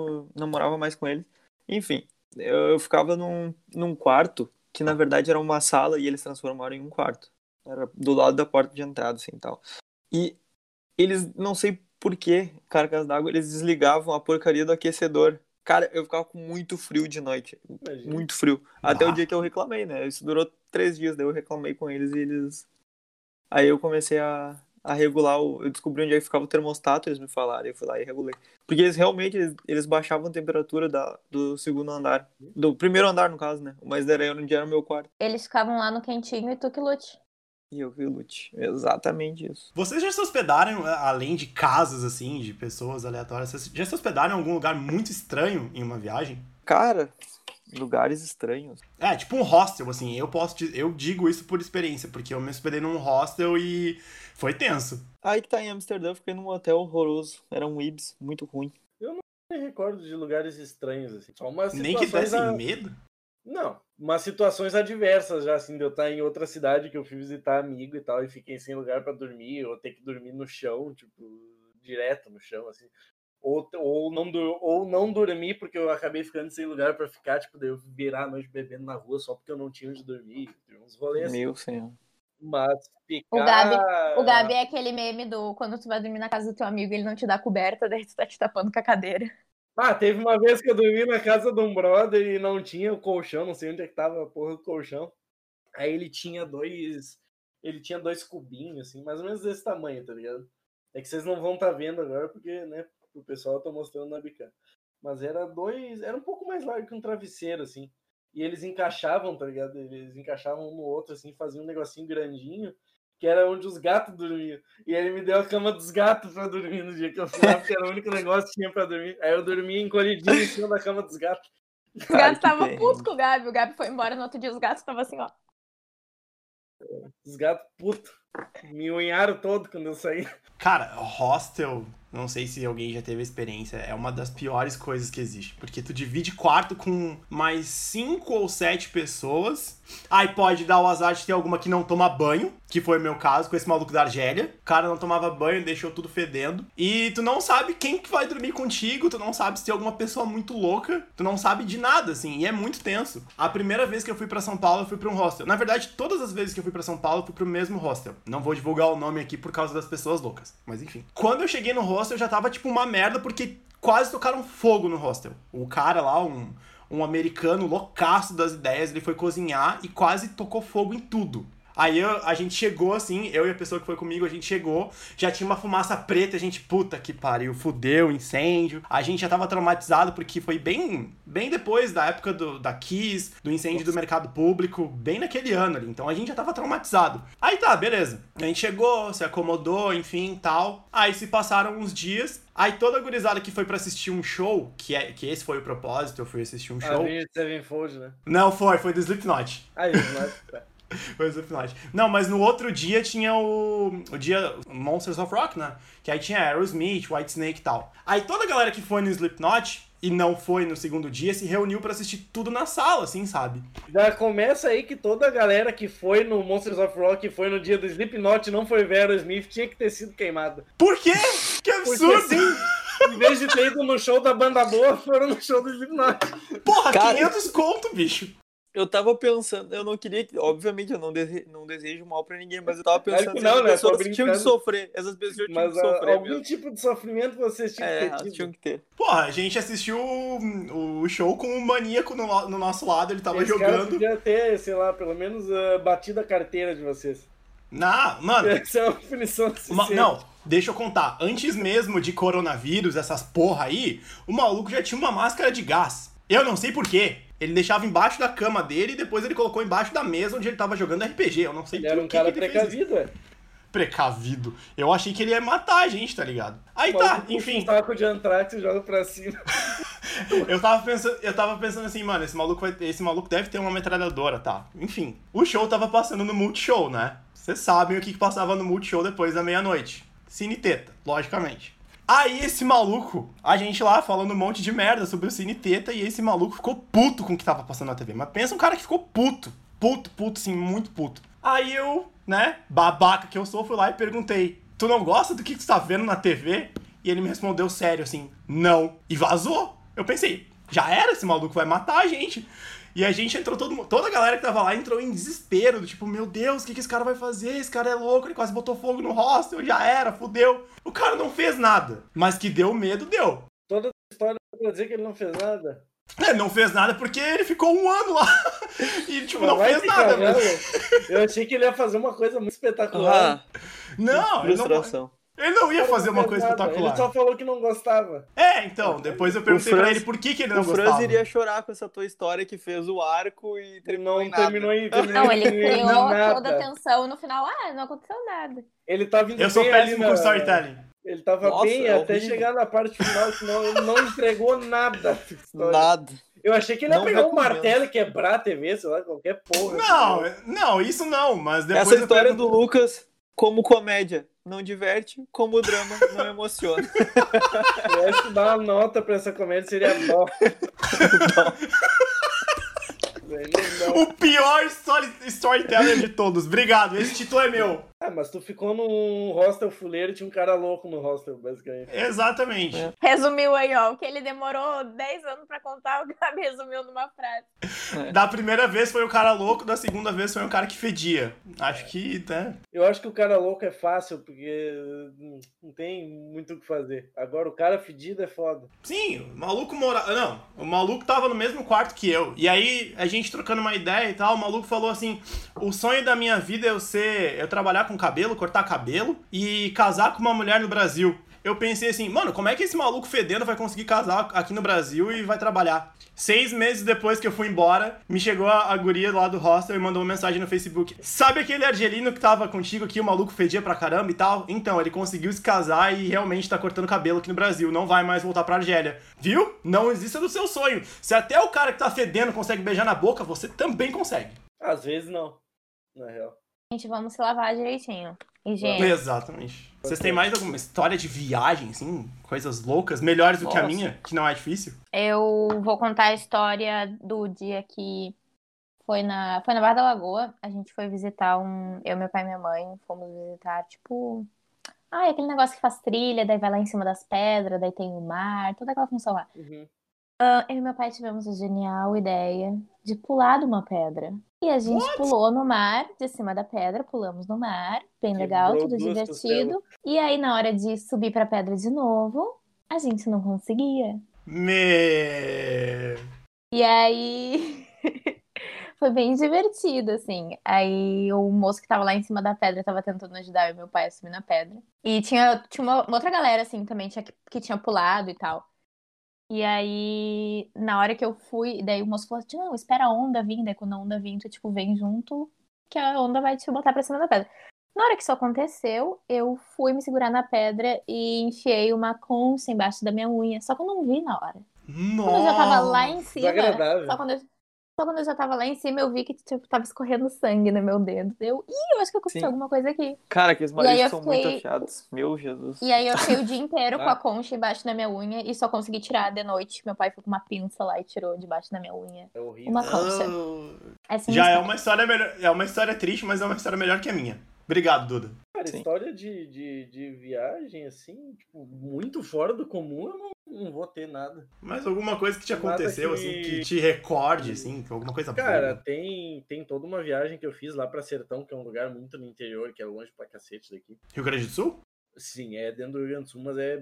mais com eles. Enfim, eu ficava num quarto que na verdade era uma sala e eles transformaram em um quarto. Era do lado da porta de entrada, assim, tal. E eles, não sei por que, cargas d'água, eles desligavam a porcaria do aquecedor. Cara, eu ficava com muito frio de noite. Imagina. Muito frio. Até o Bah. dia que eu reclamei, né? Isso durou 3 dias, daí eu reclamei com eles e eles... Aí eu comecei a regular, eu descobri onde é que ficava o termostato, eles me falaram, eu fui lá e regulei. Porque eles realmente, eles baixavam a temperatura do segundo andar. Do primeiro andar, no caso, né? Mas era onde era o meu quarto. eles ficavam lá no quentinho e tu que lute. E eu vi o Lute. Exatamente isso. Vocês já se hospedaram, além de casas, assim, de pessoas aleatórias, vocês já se hospedaram em algum lugar muito estranho em uma viagem? Cara, lugares estranhos. É, tipo um hostel, assim, eu digo isso por experiência, porque eu me hospedei num hostel e foi tenso. Aí que tá em Amsterdã, eu fiquei num hotel horroroso. Era um Ibis, muito ruim. Eu não me recordo de lugares estranhos, assim. Só umas Nem que situações dessem medo. Não, umas situações adversas já, assim, de eu estar em outra cidade que eu fui visitar amigo e tal, e fiquei sem lugar pra dormir, ou ter que dormir no chão, tipo, direto no chão, assim. Ou não dormir porque eu acabei ficando sem lugar pra ficar, tipo, daí eu virar a noite bebendo na rua só porque eu não tinha onde dormir, uns rolês. Meu senhor. Mas O Gabi ficar... é aquele meme do quando tu vai dormir na casa do teu amigo, ele não te dá coberta, daí tu tá te tapando com a cadeira. Teve uma vez que eu dormi na casa de um brother e não tinha o colchão, não sei onde é que tava a porra do colchão. Aí ele tinha dois cubinhos, assim, mais ou menos desse tamanho, tá ligado? É que vocês não vão estar vendo agora, porque, né, o pessoal tá mostrando na bica. Mas era um pouco mais largo que um travesseiro, assim. E eles encaixavam, tá ligado? Eles encaixavam um no outro, assim, faziam um negocinho grandinho, que era onde os gatos dormiam. E ele me deu a cama dos gatos pra dormir no dia que eu fui lá, porque era o único negócio que tinha pra dormir. Aí eu dormia encolhidinho em cima da cama dos gatos. Os gatos estavam putos com o Gabi foi embora no outro dia, os gatos estavam assim, ó. Os gatos putos. Me unharam todo quando eu saí. Cara, hostel, não sei se alguém já teve experiência, é uma das piores coisas que existe. Porque tu divide quarto com mais 5 ou 7 pessoas. Aí pode dar o azar de ter alguma que não toma banho, que foi o meu caso com esse maluco da Argélia. O cara não tomava banho, deixou tudo fedendo. E tu não sabe quem que vai dormir contigo, tu não sabe se tem alguma pessoa muito louca, tu não sabe de nada, assim, e é muito tenso. A primeira vez que eu fui pra São Paulo, eu fui pra um hostel. Na verdade, todas as vezes que eu fui pra São Paulo, eu fui pro mesmo hostel. Não vou divulgar o nome aqui por causa das pessoas loucas, mas enfim. Quando eu cheguei no hostel, eu já tava tipo uma merda, porque quase tocaram fogo no hostel. O cara lá, um americano loucaço das ideias, ele foi cozinhar e quase tocou fogo em tudo. Aí a gente chegou assim, eu e a pessoa que foi comigo, a gente chegou, já tinha uma fumaça preta, a gente, puta que pariu, fudeu, incêndio. A gente já tava traumatizado porque foi bem depois da época da Kiss, do incêndio do mercado público, bem naquele ano ali. Então a gente já tava traumatizado. Aí tá, beleza. A gente chegou, se acomodou, enfim, tal. Aí se passaram uns dias. Aí toda a gurizada que foi pra assistir um show, que esse foi o propósito, eu fui assistir um show. Sevenfold, né? Não, foi do Slipknot. Slipknot, tá. Foi o Slipknot. Não, mas no outro dia tinha o dia Monsters of Rock, né? Que aí tinha Aerosmith, Whitesnake e tal. Aí toda a galera que foi no Slipknot e não foi no segundo dia se reuniu pra assistir tudo na sala, assim, sabe? Já começa aí que toda a galera que foi no Monsters of Rock, foi no dia do Slipknot, não foi ver Aerosmith, tinha que ter sido queimada. Por quê? Que absurdo! Porque, assim, em vez de ter ido no show da banda boa, foram no show do Slipknot. Porra, Cara, 500 conto, bicho! Eu tava pensando, eu não queria, obviamente eu não desejo mal pra ninguém, mas eu tava pensando que não, essas né? pessoas Tô tinham que sofrer, essas pessoas tinham que sofrer algum mesmo. tipo de sofrimento vocês tinham que ter Elas tido. tinham que ter. Porra, a gente assistiu o show com um maníaco no nosso lado, ele tava Esse cara jogando. podia ter, sei lá, pelo menos batido a carteira de vocês. Não, mano. Essa é uma punição suficiente. Não, deixa eu contar. Antes mesmo de coronavírus, essas porra aí, o maluco já tinha uma máscara de gás. Eu não sei por quê. Ele deixava embaixo da cama dele e depois ele colocou embaixo da mesa onde ele tava jogando RPG. Eu não sei Ele era um cara precavido, é. Precavido. Eu achei que ele ia matar a gente, tá ligado? Aí tá, enfim. Um taco de Antrax e joga pra cima. Eu tava pensando assim, mano, esse maluco deve ter uma metralhadora, tá? Enfim, o show tava passando no Multishow, né? Vocês sabem o que passava no Multishow depois da meia-noite. Cine Teta, logicamente. Aí esse maluco, a gente lá falando um monte de merda sobre o Cine Teta, e esse maluco ficou puto com o que tava passando na TV. Mas pensa um cara que ficou puto, assim, muito puto. Aí eu, né, babaca que eu sou, fui lá e perguntei, tu não gosta do que tu tá vendo na TV? E ele me respondeu sério assim, não. E vazou. Eu pensei, já era, esse maluco vai matar a gente. E a gente entrou, toda a galera que tava lá entrou em desespero, do tipo, meu Deus, o que esse cara vai fazer? Esse cara é louco, ele quase botou fogo no hostel, já era, fudeu. O cara não fez nada, mas que deu medo, deu. Toda a história pra dizer que ele não fez nada. Não fez nada porque ele ficou um ano lá e, tipo, não fez nada. Eu achei que ele ia fazer uma coisa muito espetacular. Não, ele não ia fazer uma coisa espetacular. Ele só falou que não gostava. Então, depois eu perguntei pra ele por que ele não gostava. O Franz iria chorar com essa tua história que fez o arco e terminou em nada. Não, ele criou toda a tensão no final. Não aconteceu nada. Ele tava indo Eu sou péssimo com storytelling. Ele tava bem até chegar na parte final, senão ele não entregou nada. Nada. Eu achei que ele ia pegar um martelo e quebrar a TV, sei lá, qualquer porra. Não, isso não, mas depois essa história do Lucas, como comédia, não diverte, como drama, não emociona. Se dar uma nota pra essa comédia, seria dó. velho. Não dá. O pior storyteller de todos. Obrigado, esse título é meu. Ah, mas tu ficou num hostel fuleiro e tinha um cara louco no hostel, basicamente. Exatamente. Resumiu aí, ó. O que ele demorou 10 anos pra contar, o Gabi resumiu numa frase. Da primeira vez foi o cara louco, da segunda vez foi um cara que fedia. Acho que, né? Eu acho que o cara louco é fácil, porque não tem muito o que fazer. Agora, o cara fedido é foda. Sim, o maluco morava. Não, o maluco tava no mesmo quarto que eu. E aí, a gente trocando uma ideia e tal, o maluco falou assim: o sonho da minha vida é eu trabalhar com cabelo, cortar cabelo e casar com uma mulher no Brasil. Eu pensei assim, mano, como é que esse maluco fedendo vai conseguir casar aqui no Brasil e vai trabalhar? 6 meses depois que eu fui embora, me chegou a guria lá do hostel e mandou uma mensagem no Facebook. Sabe aquele argelino que tava contigo aqui, o maluco fedia pra caramba e tal? Então, ele conseguiu se casar e realmente tá cortando cabelo aqui no Brasil. Não vai mais voltar pra Argélia. Viu? Não exista do seu sonho. Se até o cara que tá fedendo consegue beijar na boca, você também consegue. Às vezes não, na real. Gente, vamos se lavar direitinho. Higiene. Exatamente. Vocês têm mais alguma história de viagem, assim? Coisas loucas, melhores do que a Nossa. minha, que não é difícil? Eu vou contar a história do dia que foi na Barra da Lagoa. A gente foi visitar eu, meu pai e minha mãe. Fomos visitar, tipo... Ah, é aquele negócio que faz trilha, daí vai lá em cima das pedras, daí tem o mar, toda aquela função lá. Uhum. Eu e meu pai tivemos a genial ideia de pular de uma pedra. E a gente What? pulou no mar, de cima da pedra, pulamos no mar, bem legal, Quebrou tudo duas divertido. E aí, na hora de subir pra pedra de novo, a gente não conseguia. E aí, foi bem divertido, assim. Aí, o moço que tava lá em cima da pedra tava tentando ajudar eu e meu pai a subir na pedra. E tinha uma outra galera, assim, também que tinha pulado e tal. E aí, na hora que eu fui, daí o moço falou assim, não, espera a onda vir, daí quando a onda vir, tu, tipo, vem junto, que a onda vai te botar pra cima da pedra. Na hora que isso aconteceu, eu fui me segurar na pedra e enfiei uma concha embaixo da minha unha, só que eu não vi na hora. Quando eu já tava lá em cima, Desagradável. só quando eu já tava lá em cima, eu vi que, tipo, tava escorrendo sangue no meu dedo. Eu acho que aconteceu Sim. alguma coisa aqui. Cara, aqueles E aí eu mariscos são muito fiquei- afiados. Meu Jesus. E aí eu fiquei o dia inteiro com Ah. a concha embaixo da minha unha e só consegui tirar de noite. Meu pai foi com uma pinça lá e tirou debaixo da minha unha. É horrível. Uma concha. Essa Já é minha uma história melhor. É uma história triste, mas é uma história melhor que a minha. Obrigado, Duda. Cara, Sim. história de viagem, assim, tipo, muito fora do comum, eu não vou ter nada. Mas alguma coisa que te Nada aconteceu, que- assim, que te recorde, assim, alguma coisa Cara, boa. tem toda uma viagem que eu fiz lá pra Sertão, que é um lugar muito no interior, que é longe pra cacete daqui. Rio Grande do Sul? Sim, é dentro do Rio Grande do Sul, mas é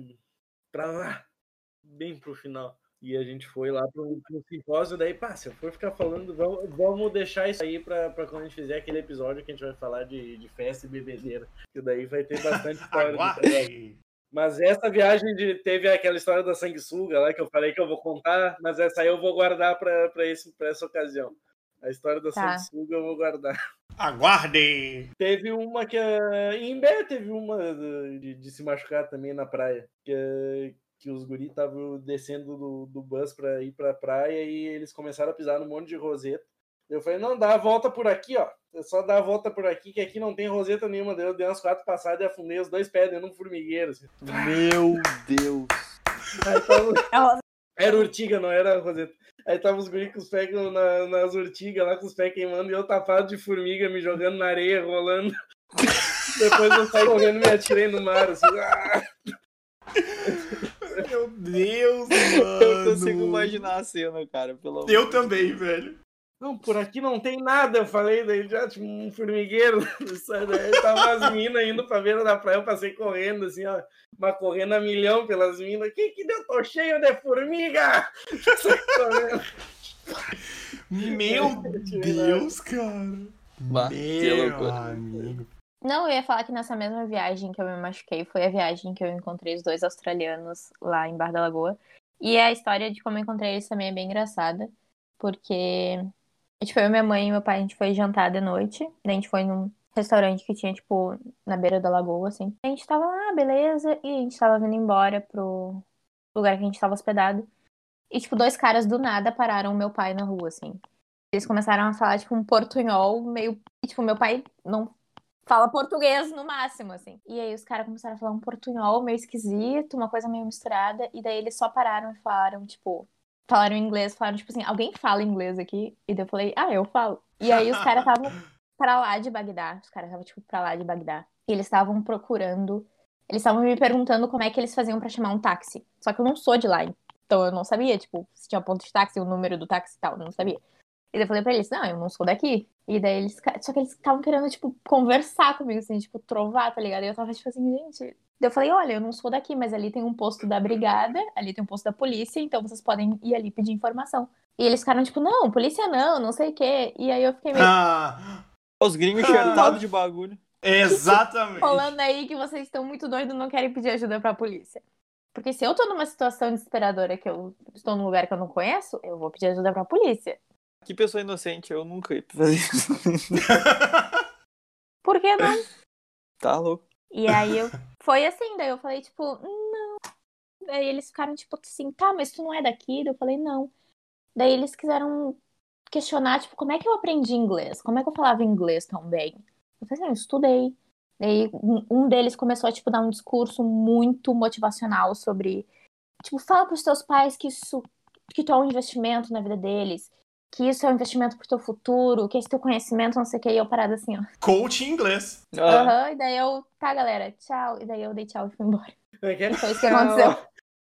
pra lá, bem pro final. E a gente foi lá pro simpósio, daí, pá, se eu for ficar falando, vamos deixar isso aí pra quando a gente fizer aquele episódio que a gente vai falar de festa e bebedeira. Que daí vai ter bastante história. do negócio. Aguarde! Mas essa viagem teve aquela história da sanguessuga lá, que eu falei que eu vou contar, mas essa aí eu vou guardar pra essa ocasião. A história da Tá. sanguessuga eu vou guardar. Aguarde! Teve uma que em Imbé teve uma de se machucar também na praia. Que os guris estavam descendo do bus pra ir pra praia e eles começaram a pisar num monte de roseta. Eu falei, não, dá a volta por aqui, ó. É só dar a volta por aqui, que aqui não tem roseta nenhuma. Daí eu dei umas 4 passadas e afundei os 2 pés dentro de um formigueiro. Assim. Meu Deus. Aí tava... É rosa. Era urtiga, não era roseta. Aí tava os guris com os pés nas urtigas lá, com os pés queimando, e eu tapado de formiga, me jogando na areia, rolando. Depois eu saí correndo e me atirei no mar, assim. Meu Deus, mano! Eu consigo imaginar a cena, cara. Pelo amor Eu de também, Deus. velho. Não, por aqui não tem nada, eu falei, daí já tinha um formigueiro, daí tava as minas indo pra beira da praia, eu passei correndo, assim, ó, mas correndo a milhão pelas minas, que deu? Tô cheio de formiga! Saí correndo. Meu Deus, cara! Bah, que Meu loucura. amigo. Não, eu ia falar que nessa mesma viagem que eu me machuquei foi a viagem que eu encontrei os 2 australianos lá em Barra da Lagoa. E a história de como eu encontrei eles também é bem engraçada, porque a gente foi, minha mãe e meu pai, a gente foi jantar de noite, daí a gente foi num restaurante que tinha, tipo, na beira da lagoa, assim. A gente tava lá, beleza, e a gente tava vindo embora pro lugar que a gente tava hospedado. E, tipo, 2 caras do nada pararam o meu pai na rua, assim. Eles começaram a falar, tipo, um portunhol meio... E, tipo, meu pai não fala português no máximo, assim. E aí os caras começaram a falar um portunhol meio esquisito, uma coisa meio misturada. E daí eles só pararam e falaram, tipo... falaram inglês, falaram, tipo assim, alguém fala inglês aqui? E daí eu falei, eu falo. E aí os caras estavam pra lá de Bagdá. Os caras estavam, tipo, pra lá de Bagdá. E eles estavam procurando. Eles estavam me perguntando como é que eles faziam pra chamar um táxi. Só que eu não sou de lá. Então eu não sabia, tipo, se tinha ponto de táxi, o número do táxi e tal. Eu não sabia. E daí eu falei pra eles, não, eu não sou daqui. E daí eles. Só que eles estavam querendo, tipo, conversar comigo, assim, tipo, trovar, tá ligado? E eu tava, tipo assim, gente. Daí eu falei, olha, eu não sou daqui, mas ali tem um posto da brigada, ali tem um posto da polícia, então vocês podem ir ali pedir informação. E eles ficaram, tipo, não, polícia não sei o quê. E aí eu fiquei meio. Os gringos enxertados de bagulho. Exatamente. Falando aí que vocês estão muito doidos e não querem pedir ajuda pra polícia. Porque se eu tô numa situação desesperadora, que eu estou num lugar que eu não conheço, eu vou pedir ajuda pra polícia. Que pessoa inocente, eu nunca ia fazer isso. Por que não? Tá louco. E aí foi assim, daí eu falei, tipo, não. Daí eles ficaram, tipo, assim, tá, mas tu não é daqui? Daí eu falei, não. Daí eles quiseram questionar, tipo, como é que eu aprendi inglês? Como é que eu falava inglês tão bem? Eu falei assim, eu estudei. Daí um deles começou a, tipo, dar um discurso muito motivacional sobre, tipo, fala pros teus pais que tu é um investimento na vida deles, que isso é um investimento pro teu futuro, que esse teu conhecimento, não sei o que, e eu parada assim, ó. Coach em inglês. E daí eu, tá, galera, tchau. E daí eu dei tchau e fui embora. É Foi isso que aconteceu.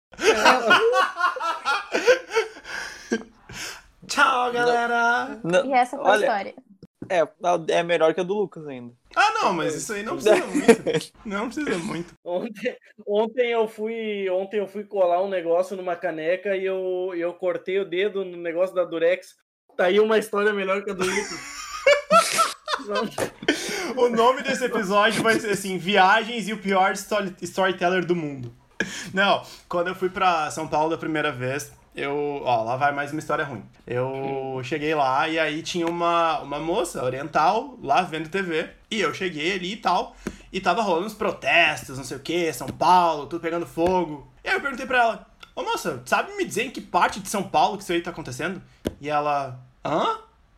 Tchau, galera. Não, E essa foi a história. É melhor que a do Lucas ainda. Ah, não, mas isso aí não precisa muito. Não precisa muito. Ontem eu fui colar um negócio numa caneca e eu cortei o dedo no negócio da Durex. Tá aí uma história melhor que a do Lucas. O nome desse episódio vai ser assim, Viagens e o pior storyteller do mundo. Não, quando eu fui pra São Paulo da primeira vez, lá vai mais uma história ruim. Eu cheguei lá e aí tinha uma moça oriental lá vendo TV. E eu cheguei ali e tal, e tava rolando uns protestos, não sei o que, São Paulo, tudo pegando fogo. E aí eu perguntei pra ela, ô moça, sabe me dizer em que parte de São Paulo que isso aí tá acontecendo? E ela, hã?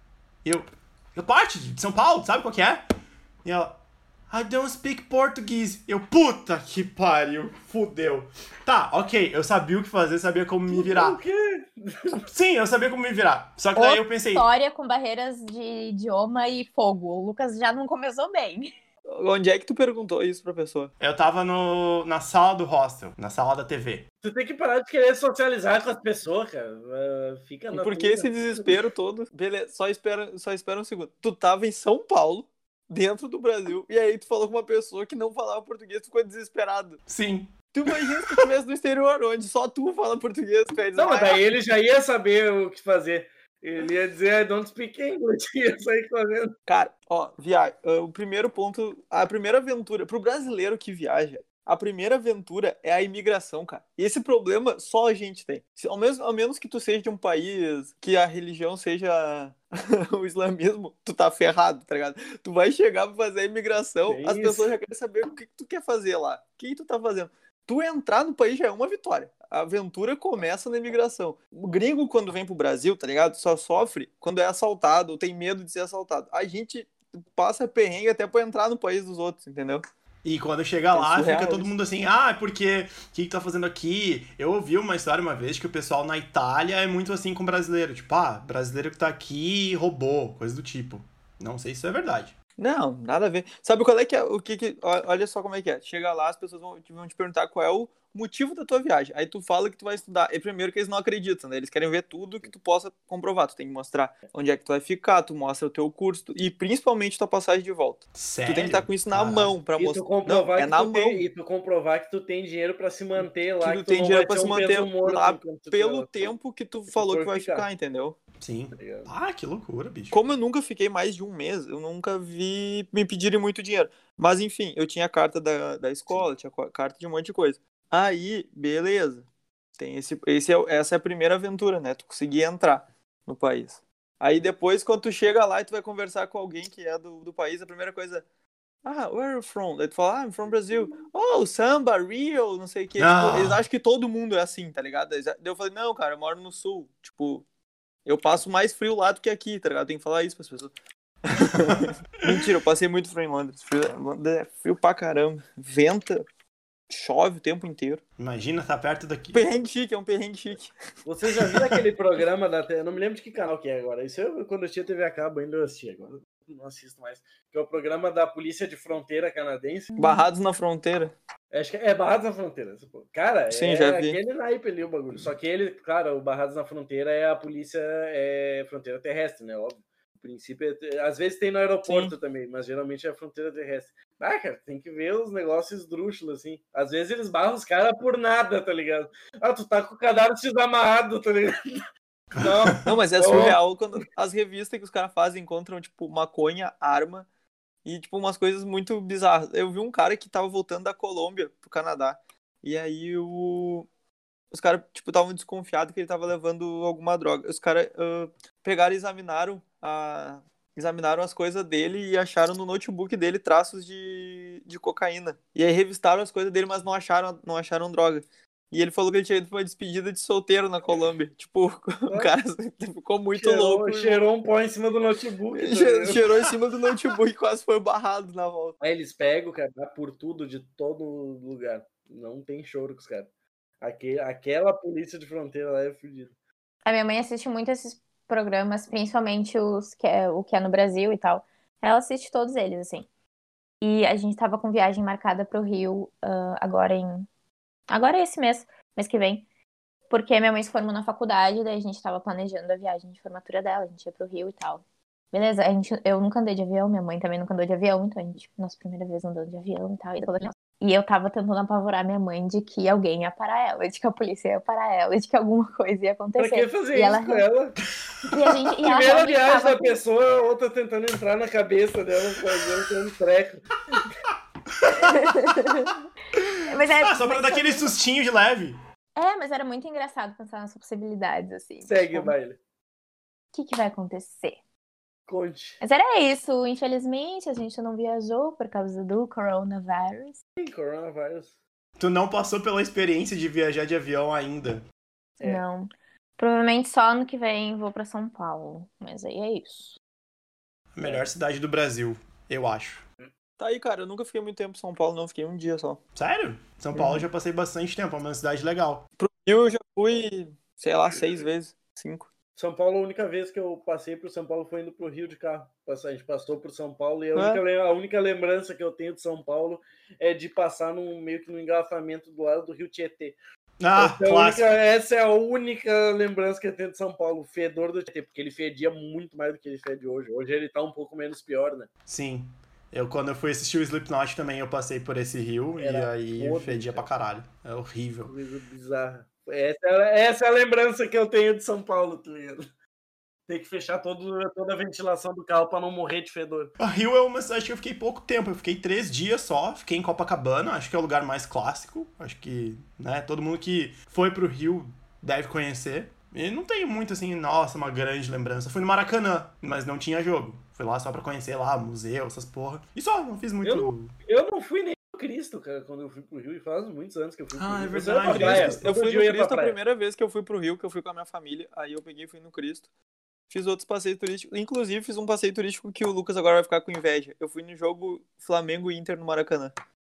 Eu parte de São Paulo, sabe qual que é? E ela, I don't speak Portuguese. Eu, puta que pariu, fudeu. Tá, ok, eu sabia o que fazer, sabia como me virar. O quê? Sim, eu sabia como me virar. Só que daí eu pensei... História com barreiras de idioma e fogo. O Lucas já não começou bem. Onde é que tu perguntou isso pra pessoa? Eu tava na sala do hostel, na sala da TV. Tu tem que parar de querer socializar com as pessoas, cara. Fica na Por que tua. esse desespero todo? Beleza, só espera um segundo. Tu tava em São Paulo, dentro do Brasil, e aí tu falou com uma pessoa que não falava português, tu ficou desesperado. Sim. Tu imagina se tu estivesse no exterior, onde só tu fala português, tu ia dizer, Não, mas daí ele já ia saber o que fazer. Ele ia dizer, I don't speak English, ia sair correndo. Cara, ó, o primeiro ponto, a primeira aventura, pro brasileiro que viaja, a primeira aventura é a imigração, cara. E esse problema só a gente tem. Ao menos que tu seja de um país que a religião seja o islamismo, tu tá ferrado, tá ligado? Tu vai chegar pra fazer a imigração, É as isso. pessoas já querem saber o que tu quer fazer lá. O que tu tá fazendo? Tu entrar no país já é uma vitória. A aventura começa na imigração. O gringo, quando vem pro Brasil, tá ligado? Só sofre quando é assaltado ou tem medo de ser assaltado. A gente passa perrengue até pra entrar no país dos outros, entendeu? E quando chega lá, surreal fica todo isso. mundo assim, porque o que tá fazendo aqui? Eu ouvi uma história uma vez que o pessoal na Itália é muito assim com brasileiro. Tipo, brasileiro que tá aqui roubou, coisa do tipo. Não sei se isso é verdade. Não, nada a ver. Sabe qual é que é? Olha só como é que é. Chega lá, as pessoas vão te perguntar qual é o motivo da tua viagem. Aí tu fala que tu vai estudar. E primeiro que eles não acreditam, né? Eles querem ver tudo que tu possa comprovar. Tu tem que mostrar onde é que tu vai ficar, tu mostra o teu curso e principalmente tua passagem de volta. Sério? Tu tem que estar com isso na Caralho. mão pra E tu mostrar. comprovar Não, é que na tu mão. tem, e tu comprovar que tu tem dinheiro pra se manter lá, Que que tu tu tem não dinheiro vai pra ter se um manter peso morto lá enquanto tu pelo tá- tempo que tu se falou for que vai ficar. ficar, entendeu? Sim. Tá ligado? Que loucura, bicho. Como eu nunca fiquei mais de um mês, eu nunca vi me pedirem muito dinheiro. Mas enfim, eu tinha a carta da escola, tinha a carta de um monte de coisa. Aí, beleza. Tem essa é a primeira aventura, né? Tu conseguir entrar no país. Aí depois, quando tu chega lá e tu vai conversar com alguém que é do país, a primeira coisa where are you from? Daí tu fala, I'm from Brazil. Oh, samba, Rio, não sei o quê. Tipo, eles acham que todo mundo é assim, tá ligado? Daí eu falei, não, cara, eu moro no sul. Tipo, eu passo mais frio lá do que aqui, tá ligado? Tem que falar isso pras pessoas. Mentira, eu passei muito frio em Londres. Londres é frio pra caramba. Venta. chove o tempo inteiro. Imagina, tá perto daqui. Perrengue chique, é um perrengue chique. Vocês já viram aquele programa da... Eu não me lembro de que canal que é agora. Isso quando eu tinha TV a cabo ainda eu assistia. Agora eu não assisto mais. Que é o programa da Polícia de Fronteira canadense. Barrados na fronteira. Acho que é Barrados na Fronteira. Cara, Sim, já vi. aquele naipe ali o bagulho. Só que ele, claro, o Barrados na Fronteira é a polícia fronteira terrestre, né? Óbvio. O princípio às vezes tem no aeroporto também, mas geralmente é a fronteira terrestre. Ah, cara, tem que ver os negócios esdrúxulos, assim. Às vezes eles barram os caras por nada, tá ligado? Ah, tu tá com o cadarço desamarrado, tá ligado? Não, mas é surreal quando as revistas que os caras fazem encontram, tipo, maconha, arma e, tipo, umas coisas muito bizarras. Eu vi um cara que tava voltando da Colômbia pro Canadá e aí os caras, tipo, estavam desconfiados que ele tava levando alguma droga. Os caras pegaram e examinaram as coisas dele e acharam no notebook dele traços de cocaína. E aí revistaram as coisas dele, mas não acharam droga. E ele falou que ele tinha ido pra uma despedida de solteiro na Colômbia. Tipo, o cara ficou muito louco. Cheirou um pó em cima do notebook. Cheirou em cima do notebook e quase foi barrado na volta. Aí eles pegam, cara, por tudo, de todo lugar. Não tem choro com os caras. Aquela polícia de fronteira lá é fodida. A minha mãe assiste muito esses programas, principalmente o que é no Brasil e tal. Ela assiste todos eles, assim. E a gente tava com viagem marcada pro Rio agora é esse mês que vem. Porque minha mãe se formou na faculdade, daí a gente tava planejando a viagem de formatura dela, a gente ia pro Rio e tal. Beleza, eu nunca andei de avião, minha mãe também nunca andou de avião, então a gente, nossa primeira vez andando de avião e tal. E eu tava tentando apavorar minha mãe de que alguém ia parar ela, de que a polícia ia parar ela, de que alguma coisa ia acontecer. Pra que fazer isso com ela? Primeira viagem da pessoa, outra tentando entrar na cabeça dela, fazendo um treco. Mas só pra dar aquele sustinho de leve. Mas era muito engraçado pensar nessas possibilidades, assim. Segue o baile. O que vai acontecer? Conte. Mas era isso, infelizmente a gente não viajou por causa do coronavírus. Sim, coronavírus. Tu não passou pela experiência de viajar de avião ainda? Não. Provavelmente só ano que vem vou pra São Paulo. Mas aí é isso. A melhor cidade do Brasil, eu acho. Tá aí, cara, eu nunca fiquei muito tempo em São Paulo, não. Fiquei um dia só. Sério? São Paulo eu já passei bastante tempo, é uma cidade legal. Pro Rio eu já fui, sei lá, 6 vezes, 5. São Paulo, a única vez que eu passei pro São Paulo foi indo pro Rio de carro. A gente passou por São Paulo e a única lembrança que eu tenho de São Paulo é de passar meio que no engarrafamento do lado do Rio Tietê. Essa é a única lembrança que eu tenho de São Paulo, o fedor do Tietê, porque ele fedia muito mais do que ele fede hoje. Hoje ele tá um pouco menos pior, né? Sim. Quando eu fui assistir o Slipknot também, eu passei por esse rio e aí fedia pra caralho. É horrível. Coisa bizarra. Essa é a lembrança que eu tenho de São Paulo, tá ligado? Tem que fechar toda a ventilação do carro pra não morrer de fedor. O Rio é uma cidade que eu fiquei pouco tempo. Eu fiquei 3 dias só. Fiquei em Copacabana. Acho que é o lugar mais clássico. Acho que, né, todo mundo que foi pro Rio deve conhecer. E não tenho muito, assim, nossa, uma grande lembrança. Fui no Maracanã, mas não tinha jogo. Fui lá só pra conhecer lá, museu, essas porra. E só, não fiz muito... Eu não fui nem no Cristo, cara, quando eu fui pro Rio. E faz muitos anos que eu fui pro Rio. É verdade. Eu fui no Cristo a primeira vez que eu fui pro Rio, que eu fui com a minha família. Aí eu peguei e fui no Cristo. Fiz outros passeios turísticos. Inclusive, fiz um passeio turístico que o Lucas agora vai ficar com inveja. Eu fui no jogo Flamengo e Inter no Maracanã.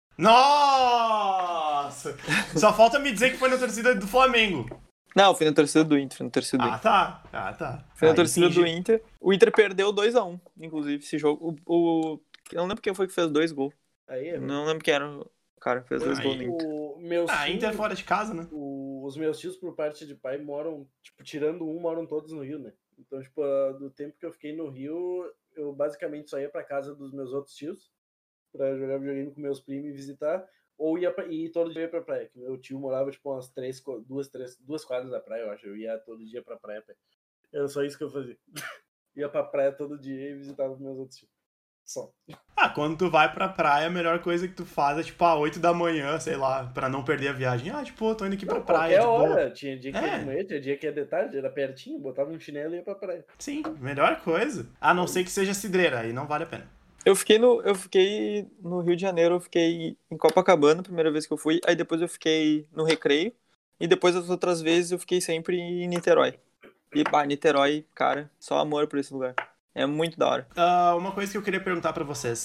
Nossa! Só falta me dizer que foi na torcida do Flamengo. Não, fui na torcida do Inter. Tá. Fui na torcida do Inter. O Inter perdeu 2-1, inclusive, esse jogo. Eu não lembro quem foi que fez 2 gols. Não lembro quem era o cara que fez 2 gols no Inter. Inter é fora de casa, né? Os meus tios, por parte de pai, moram, tipo, tirando um, moram todos no Rio, né? Então, tipo, do tempo que eu fiquei no Rio, eu basicamente só ia pra casa dos meus outros tios pra jogar videogame com meus primos e visitar. Ou e todo dia ia pra praia. Meu tio morava, tipo, umas 2 quadras da praia, eu acho. Eu ia todo dia pra praia. Era só isso que eu fazia. Ia pra praia todo dia e visitava meus outros tios. Só. Quando tu vai pra praia, a melhor coisa que tu faz é, tipo, 8 da manhã, sei lá, pra não perder a viagem. Tô indo aqui pra praia. Qualquer hora. Tinha dia que ia de manhã, tinha dia que ia de tarde, era pertinho, botava um chinelo e ia pra praia. Sim, melhor coisa. A não ser que seja cidreira, aí não vale a pena. Eu fiquei no Rio de Janeiro, eu fiquei em Copacabana, a primeira vez que eu fui, aí depois eu fiquei no Recreio, e depois as outras vezes eu fiquei sempre em Niterói. E, Niterói, cara, só amor por esse lugar. É muito da hora. Uma coisa que eu queria perguntar pra vocês.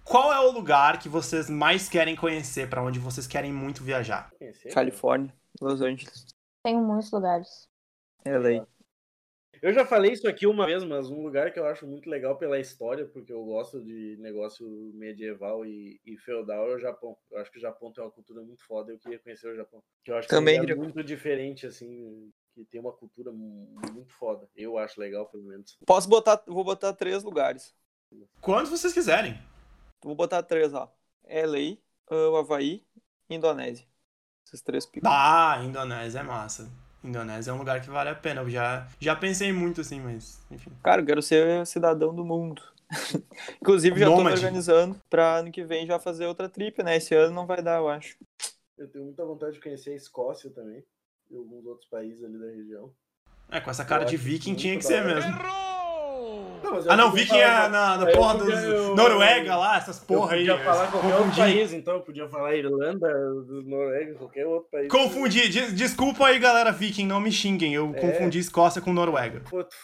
Qual é o lugar que vocês mais querem conhecer, pra onde vocês querem muito viajar? Califórnia, Los Angeles, Tenho muitos lugares. LA. Eu já falei isso aqui uma vez, mas um lugar que eu acho muito legal pela história, porque eu gosto de negócio medieval e feudal, é o Japão. Eu acho que o Japão tem uma cultura muito foda, eu queria conhecer o Japão. Que eu acho que Também é queria. muito diferente, assim, que tem uma cultura muito foda. Eu acho legal, pelo menos. Vou botar 3 lugares. Quantos vocês quiserem. Vou botar 3, ó. LA, o Havaí e Indonésia. Esses 3 picos. Ah, Indonésia é massa. Indonésia é um lugar que vale a pena. Eu já pensei muito assim, mas enfim. Cara, eu quero ser cidadão do mundo. Inclusive, já tô me Nômade. organizando pra ano que vem já fazer outra trip, né? Esse ano não vai dar, eu acho. Eu tenho muita vontade de conhecer a Escócia também, e alguns outros países ali da região. É, com essa cara Eu de acho viking muito tinha que da ser hora. mesmo. Mas Ah, não, podia viking é falar- na eu porra podia- dos eu- Noruega lá, essas Eu porra aí. podia falar qualquer outro Confundi. país, então. Eu podia falar Irlanda, Noruega, qualquer outro país. Confundi. Desculpa aí, galera viking, não me xinguem. Eu confundi Escócia com Noruega.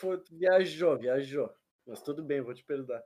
Viajou. Mas tudo bem, vou te perdoar.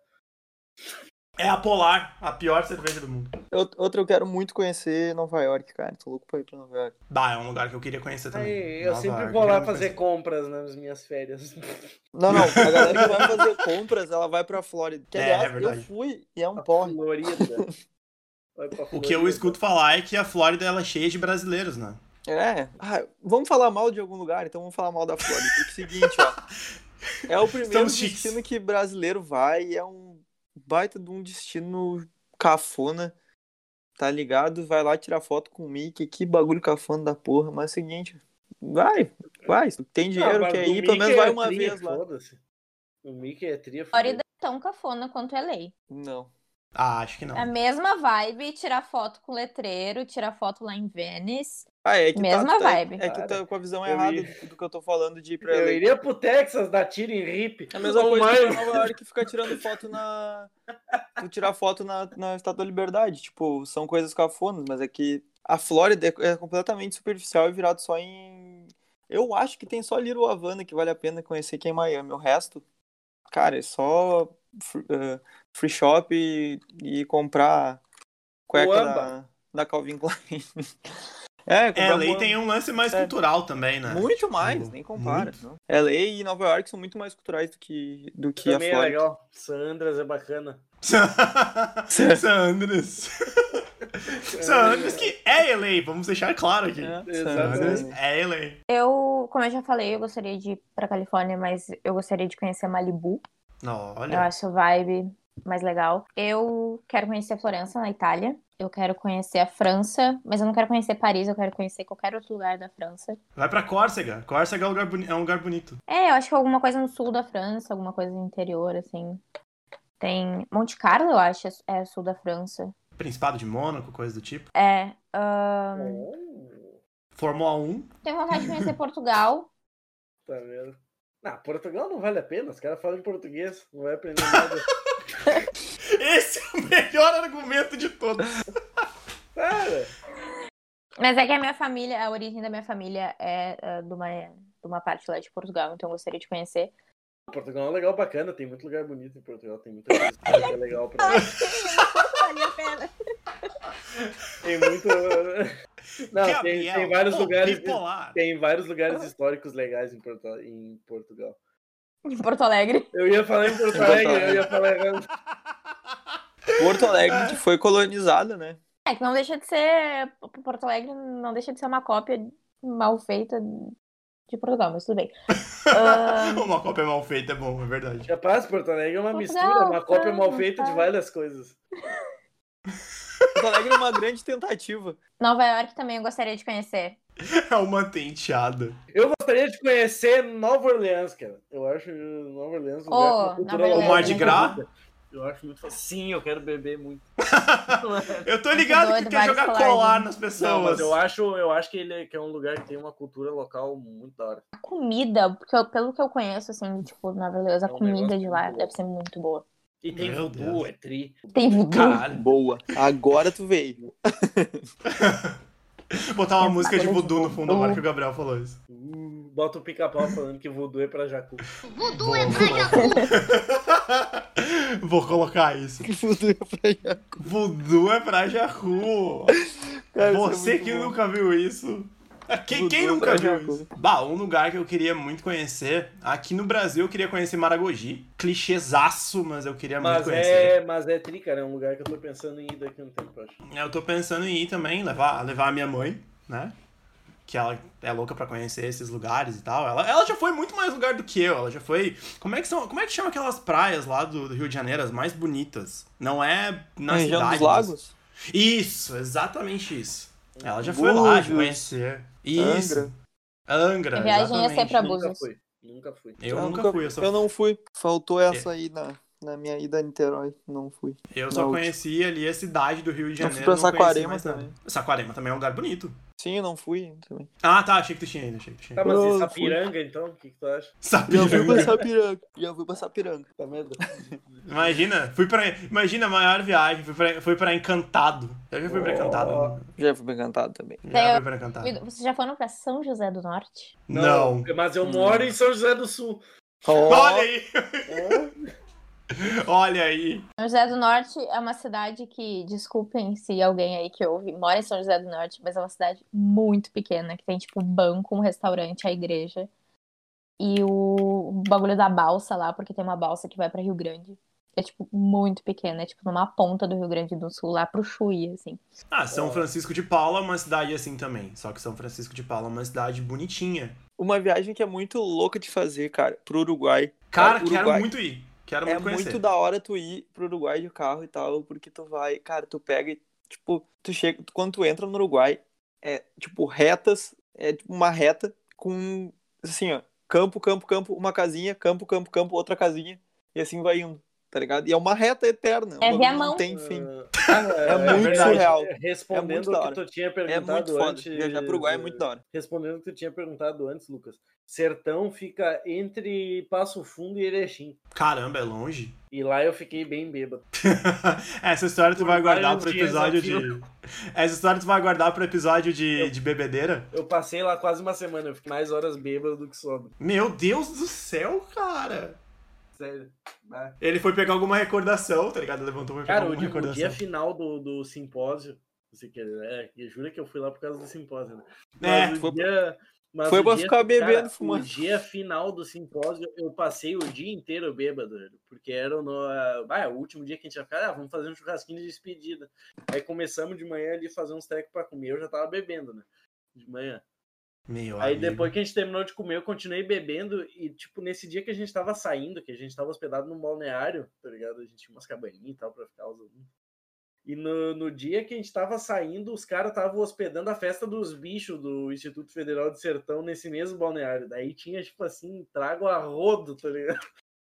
É a Polar, a pior cerveja do mundo. Outra eu quero muito conhecer Nova York, cara. Tô louco pra ir pra Nova York. Bah, é um lugar que eu queria conhecer também. Aí, eu Nova sempre York, vou eu lá quero fazer conhecer. compras nas minhas férias. Não, a galera que vai fazer compras, ela vai pra Flórida. Que, É, aliás, é verdade. eu fui e é um A porre. Florida. Vai pra O que eu Florida. escuto falar é que a Flórida ela é cheia de brasileiros, né? Vamos falar mal de algum lugar, então vamos falar mal da Flórida. Porque é o seguinte, ó. É o primeiro Estamos chiques. destino que brasileiro vai e é um baita de um destino cafona, tá ligado? Vai lá tirar foto com o Mickey, que bagulho cafona da porra. Mas é o seguinte, vai. Se tu tem dinheiro, mas quer o ir, pelo Mickey menos vai é uma tria, vez lá. Foda-se. O Mickey é tria. Flórida é tão cafona quanto LA. Não. Ah, acho que não. É a mesma vibe, tirar foto com letreiro, tirar foto lá em Venice. É que Mesma tu tá, vibe. É que tu tá com a visão Eu errada ia- do que eu tô falando de ir pra Eu LA. iria pro Texas dar tiro em hip. É a mesma Ou coisa que mais. pra Nova York ficar tirando foto Tu tirar foto na Estátua da Liberdade. Tipo, são coisas cafonas, mas é que a Flórida é completamente superficial e virado só em... Eu acho que tem só Little Havana que vale a pena conhecer, que é em Miami. O resto, cara, é só free shop e comprar cueca Muamba. da Calvin Klein. Comprar LA muamba. tem um lance mais É. cultural também, né? Muito Tipo, mais, nem compara. muito. Não. LA e Nova York são muito mais culturais do que a Também é Flórida. legal. San Andreas é bacana. San Andreas. San Andreas que é LA, vamos deixar claro aqui. San Andreas é LA. Como eu já falei, eu gostaria de ir pra Califórnia, mas eu gostaria de conhecer Malibu. Eu Olha, acho a vibe mais legal. Eu quero conhecer Florença, na Itália. Eu quero conhecer a França, mas eu não quero conhecer Paris, eu quero conhecer qualquer outro lugar da França. vai pra Córcega. Córcega é um lugar bonito. Eu acho que alguma coisa no sul da França, alguma coisa no interior, assim. Tem Monte Carlo, eu acho, é sul da França. Principado de Mônaco, coisa do tipo. Fórmula 1. Tenho vontade de conhecer Portugal. Tá vendo? Portugal não vale a pena. Os caras falam em português. Não vai aprender nada. Esse é o melhor argumento de todos. Cara, Mas é que a origem da minha família é de uma parte lá de Portugal, então eu gostaria de conhecer. Portugal é um legal bacana. Tem muito lugar bonito em Portugal. Tem muita coisa que é legal pra ver. Vale a pena. Tem muito... Não, tem vários lugares... Bipolar. Tem vários lugares históricos legais em Portugal. Em Porto Alegre. Eu ia falar em Porto Alegre, eu ia falar errado. Porto Alegre que foi colonizada, né? Que não deixa de ser... Porto Alegre não deixa de ser uma cópia mal feita de Portugal, mas tudo bem. Uma cópia mal feita é bom, é verdade. Capaz, Porto Alegre é uma Portugal, mistura, uma cópia mal França. feita de várias coisas. Porto Alegre é uma grande tentativa. Nova York também eu gostaria de conhecer. É uma tenteada. Eu gostaria de conhecer Nova Orleans, cara. Eu acho Nova Orleans um lugar com uma cultura Nova O local Mardi muito Gras? bonita. Eu acho muito fácil. Sim, eu quero beber muito. Eu tô ligado que doido, quer vários jogar colares, colar né? nas pessoas. Não, mas eu acho que é um lugar que tem uma cultura local muito da hora. A comida, porque pelo que eu conheço, assim, tipo, Nova Orleans, a É um comida negócio de lá muito deve bom. ser muito boa. E tem Meu voodoo, Deus. é tri. Tem voodoo. Caralho. Boa. Agora tu veio. Botar uma música de Bagulho de voodoo no fundo agora voodoo. que o Gabriel falou isso. Bota o Pica-Pau falando que voodoo é pra Jacu. Voodoo é pra Jacu. Vou colocar isso. Que voodoo é pra Jacu. Voodoo é pra Jacu. Cara, isso Você é muito que bom. nunca viu isso. Quem Voodoo nunca pra viu Jacu. isso? Bah, um lugar que eu queria muito conhecer. Aqui no Brasil eu queria conhecer Maragogi. Clichêzaço, mas eu queria muito conhecer. Mas é tri, cara. É um lugar que eu tô pensando em ir daqui a um tempo, eu acho. Eu tô pensando em ir também, levar a minha mãe, né? Que ela é louca pra conhecer esses lugares e tal. Ela já foi muito mais lugar do que eu. Ela já foi... Como é que chama aquelas praias lá do Rio de Janeiro, as mais bonitas? Não é na Região cidade. dos Lagos? Isso, exatamente isso. Ela já foi lá de Búzios. conhecer. Isso. Angra. Angra, A viagem ia ser exatamente. pra Nunca Búzios. fui. Nunca fui. Eu nunca fui, Eu não fui. Faltou essa aí na minha ida a Niterói. Não fui. Eu só Na conheci ali a cidade do Rio de Eu Janeiro. fui pra não conheci Saquarema mais nada. também. Saquarema também é um lugar bonito. Sim, eu não fui também. Ah, tá, achei que tu tinha ido, Tá, mas Eu e fui. Sapiranga, então? O que tu acha? Já fui pra Sapiranga. Sapiranga. Já fui pra Sapiranga. Tá vendo? Imagina a maior viagem, fui pra Encantado. Eu já fui pra Encantado. Já fui pra Encantado também. Já fui pra Encantado. Vocês já foram pra São José do Norte? Não. Mas eu moro em São José do Sul. Olha aí! Olha aí! São José do Norte é uma cidade que, desculpem se alguém aí que ouve mora em São José do Norte, mas é uma cidade muito pequena, que tem tipo um banco, um restaurante, a igreja e o bagulho da balsa lá, porque tem uma balsa que vai pra Rio Grande. É tipo muito pequena, é tipo numa ponta do Rio Grande do Sul, lá pro Chuí, assim. Ah, São Francisco de Paula é uma cidade assim também. Só que São Francisco de Paula é uma cidade bonitinha. Uma viagem que é muito louca de fazer, cara, pro Uruguai. Cara, Uruguai quero muito ir. Quero é muito conhecer. muito da hora tu ir pro Uruguai de carro e tal, porque tu vai, cara, tu pega e, tipo, tu chega, quando tu entra no Uruguai, é, tipo, retas, é tipo uma reta com, assim, ó, campo, uma casinha, campo, outra casinha, e assim vai indo, tá ligado? E é uma reta eterna. É um bagulho viamão. Não tem fim. É muito verdade. surreal. Respondendo muito o da que hora. tu tinha É perguntado muito foda. antes. Viajar pro Uruguai é muito da hora. Respondendo o que tu tinha perguntado antes, Lucas. Sertão fica entre Passo Fundo e Erechim. Caramba, é longe. E lá eu fiquei bem bêbado. Essa história tu vai guardar vários pro dias episódio a de... Essa história tu vai guardar pro episódio de bebedeira? Eu passei lá quase uma semana. Eu fiquei mais horas bêbado do que sobra. Meu Deus do céu, cara. Sério. Ah. Ele foi pegar alguma recordação, tá ligado? Levantou pra pegar Cara, alguma o recordação. dia final do simpósio, você quer, jura que eu fui lá por causa do simpósio, né? É, Mas foi- o dia, mas foi o pra dia- ficar bebendo, cara, fumando. O dia final do simpósio, eu passei o dia inteiro bêbado, velho, porque era o último dia que a gente ia ficar, vamos fazer um churrasquinho de despedida. Aí começamos de manhã ali fazer uns trecos pra comer, eu já tava bebendo, né? De manhã. Meu Aí amigo. depois que a gente terminou de comer, eu continuei bebendo e, tipo, nesse dia que a gente tava saindo, que a gente tava hospedado num balneário, tá ligado? A gente tinha umas cabaninhas e tal pra ficar usando. E no dia que a gente tava saindo, os caras estavam hospedando a festa dos bichos do Instituto Federal de Sertão nesse mesmo balneário. Daí tinha, tipo assim, trago a rodo, tá ligado?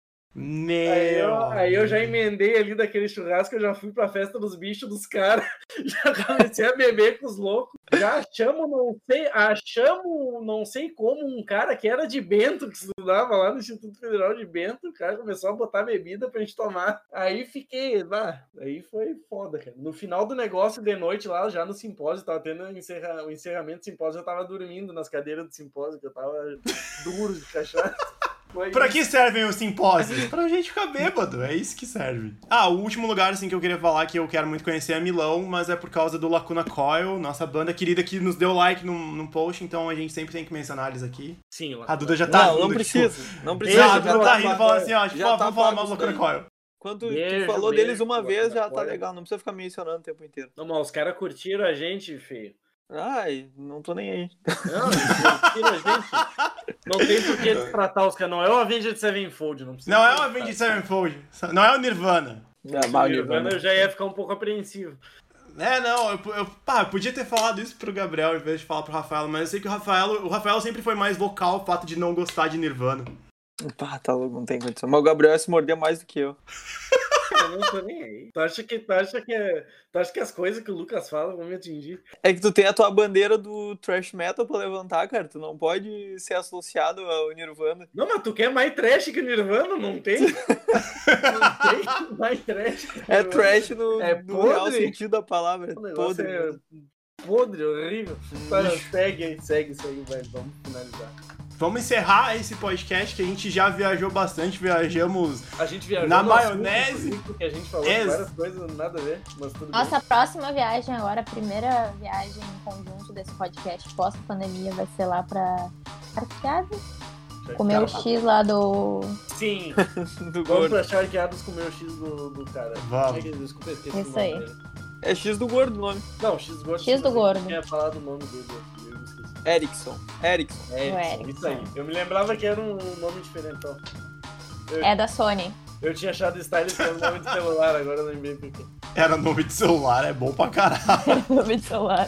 Aí eu já emendei ali daquele churrasco, eu já fui pra festa dos bichos dos caras, já comecei a beber com os loucos, já achamos não sei como, um cara que era de Bento, que estudava lá no Instituto Federal de Bento, o cara começou a botar bebida pra gente tomar, aí fiquei, aí foi foda, cara. No final do negócio, de noite lá, já no simpósio, tava tendo o encerramento do simpósio, eu tava dormindo nas cadeiras do simpósio, que eu tava duro de cachaça. Pra que servem os simpósios? Pra gente ficar bêbado, é isso que serve. O último lugar assim que eu queria falar que eu quero muito conhecer é Milão, mas é por causa do Lacuna Coil, nossa banda querida que nos deu like num post, então a gente sempre tem que mencionar eles aqui. Sim, lá. A Duda já tá rindo, Não tipo, precisa. Não a precisa. Duda tá rindo falando assim, ó, tipo, já tá vamos falar mal pago do isso Lacuna daí. Coil. Quando tu Beijo, falou beijo, deles uma vez, já tá Coil. legal. Não precisa ficar mencionando o tempo inteiro. Não, mas os caras curtiram a gente, feio. Ai, não tô nem aí. Não, eles curtiram a gente. Não tem por que tratar os caras. Não é o Avenged Sevenfold. Não precisa Não é o tratar. Avenged Sevenfold, não é o Nirvana. O Nirvana eu já ia ficar um pouco apreensivo. Não, eu podia ter falado isso pro Gabriel em vez de falar pro Rafael, mas eu sei que o Rafael sempre foi mais vocal o fato de não gostar de Nirvana. Tá louco, não tem condição. Mas o Gabriel se mordeu mais do que eu. Eu não tô nem aí. Tu acha que as coisas que o Lucas fala vão me atingir? É que tu tem a tua bandeira do thrash metal pra levantar, cara. Tu não pode ser associado ao Nirvana. Não, mas tu quer mais trash que Nirvana? Não tem? Não tem mais trash que É Nirvana. trash no podre. real sentido da palavra. O negócio Podre. é podre, horrível. Tá, segue, vai, vamos finalizar. vamos encerrar esse podcast que a gente já viajou bastante, viajamos A gente viajou na no maionese. assunto, porque a gente falou de várias coisas, nada a ver, mas tudo bem. Nossa próxima viagem agora, a primeira viagem em conjunto desse podcast pós-pandemia vai ser lá pra Arqueadas. Comer o X lá do... Sim, Do vamos gordo. pra Charqueados comer o X do cara. Vamos. Desculpa, eu esqueci o Isso nome aí. dele. É X do gordo o nome. Não, X do gordo. X do gordo. Eu tinha falado o nome dele, eu esqueci. Erickson. Erickson, isso aí. Eu me lembrava que era um nome diferente, então. É da Sony. Eu tinha achado Stylus que era o nome do celular, agora eu lembrei porque. Era nome de celular, é bom pra caralho. Nome de celular.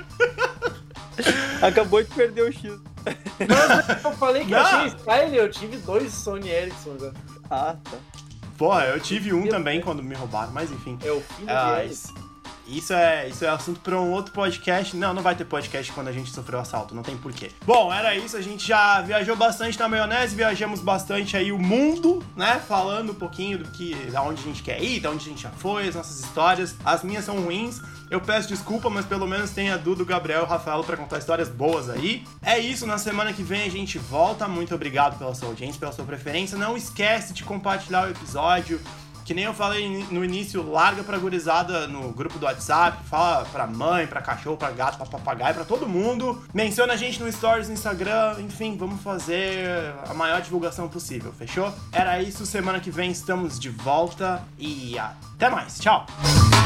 Acabou de perder o X. Mas eu falei que eu Não. tinha Style, eu tive 2 Sony Ericsson já. Ah, tá. Porra, eu tive um também quando me roubaram, mas enfim. É o filho Ah, de Ericsson. isso é assunto pra um outro podcast. Não vai ter podcast quando a gente sofreu assalto, não tem porquê. Bom, era isso, a gente já viajou bastante na maionese, viajamos bastante aí o mundo, né? Falando um pouquinho da onde a gente quer ir, da onde a gente já foi, as nossas histórias. As minhas são ruins, eu peço desculpa, mas pelo menos tem a Duda, o Gabriel e o Rafael pra contar histórias boas aí. É isso, na semana que vem a gente volta. Muito obrigado pela sua audiência, pela sua preferência. Não esquece de compartilhar o episódio. Que nem eu falei no início, larga pra gurizada no grupo do WhatsApp, fala pra mãe, pra cachorro, pra gato, pra papagaio, pra todo mundo. Menciona a gente no Stories, no Instagram, enfim, vamos fazer a maior divulgação possível, fechou? Era isso, semana que vem estamos de volta e até mais, tchau!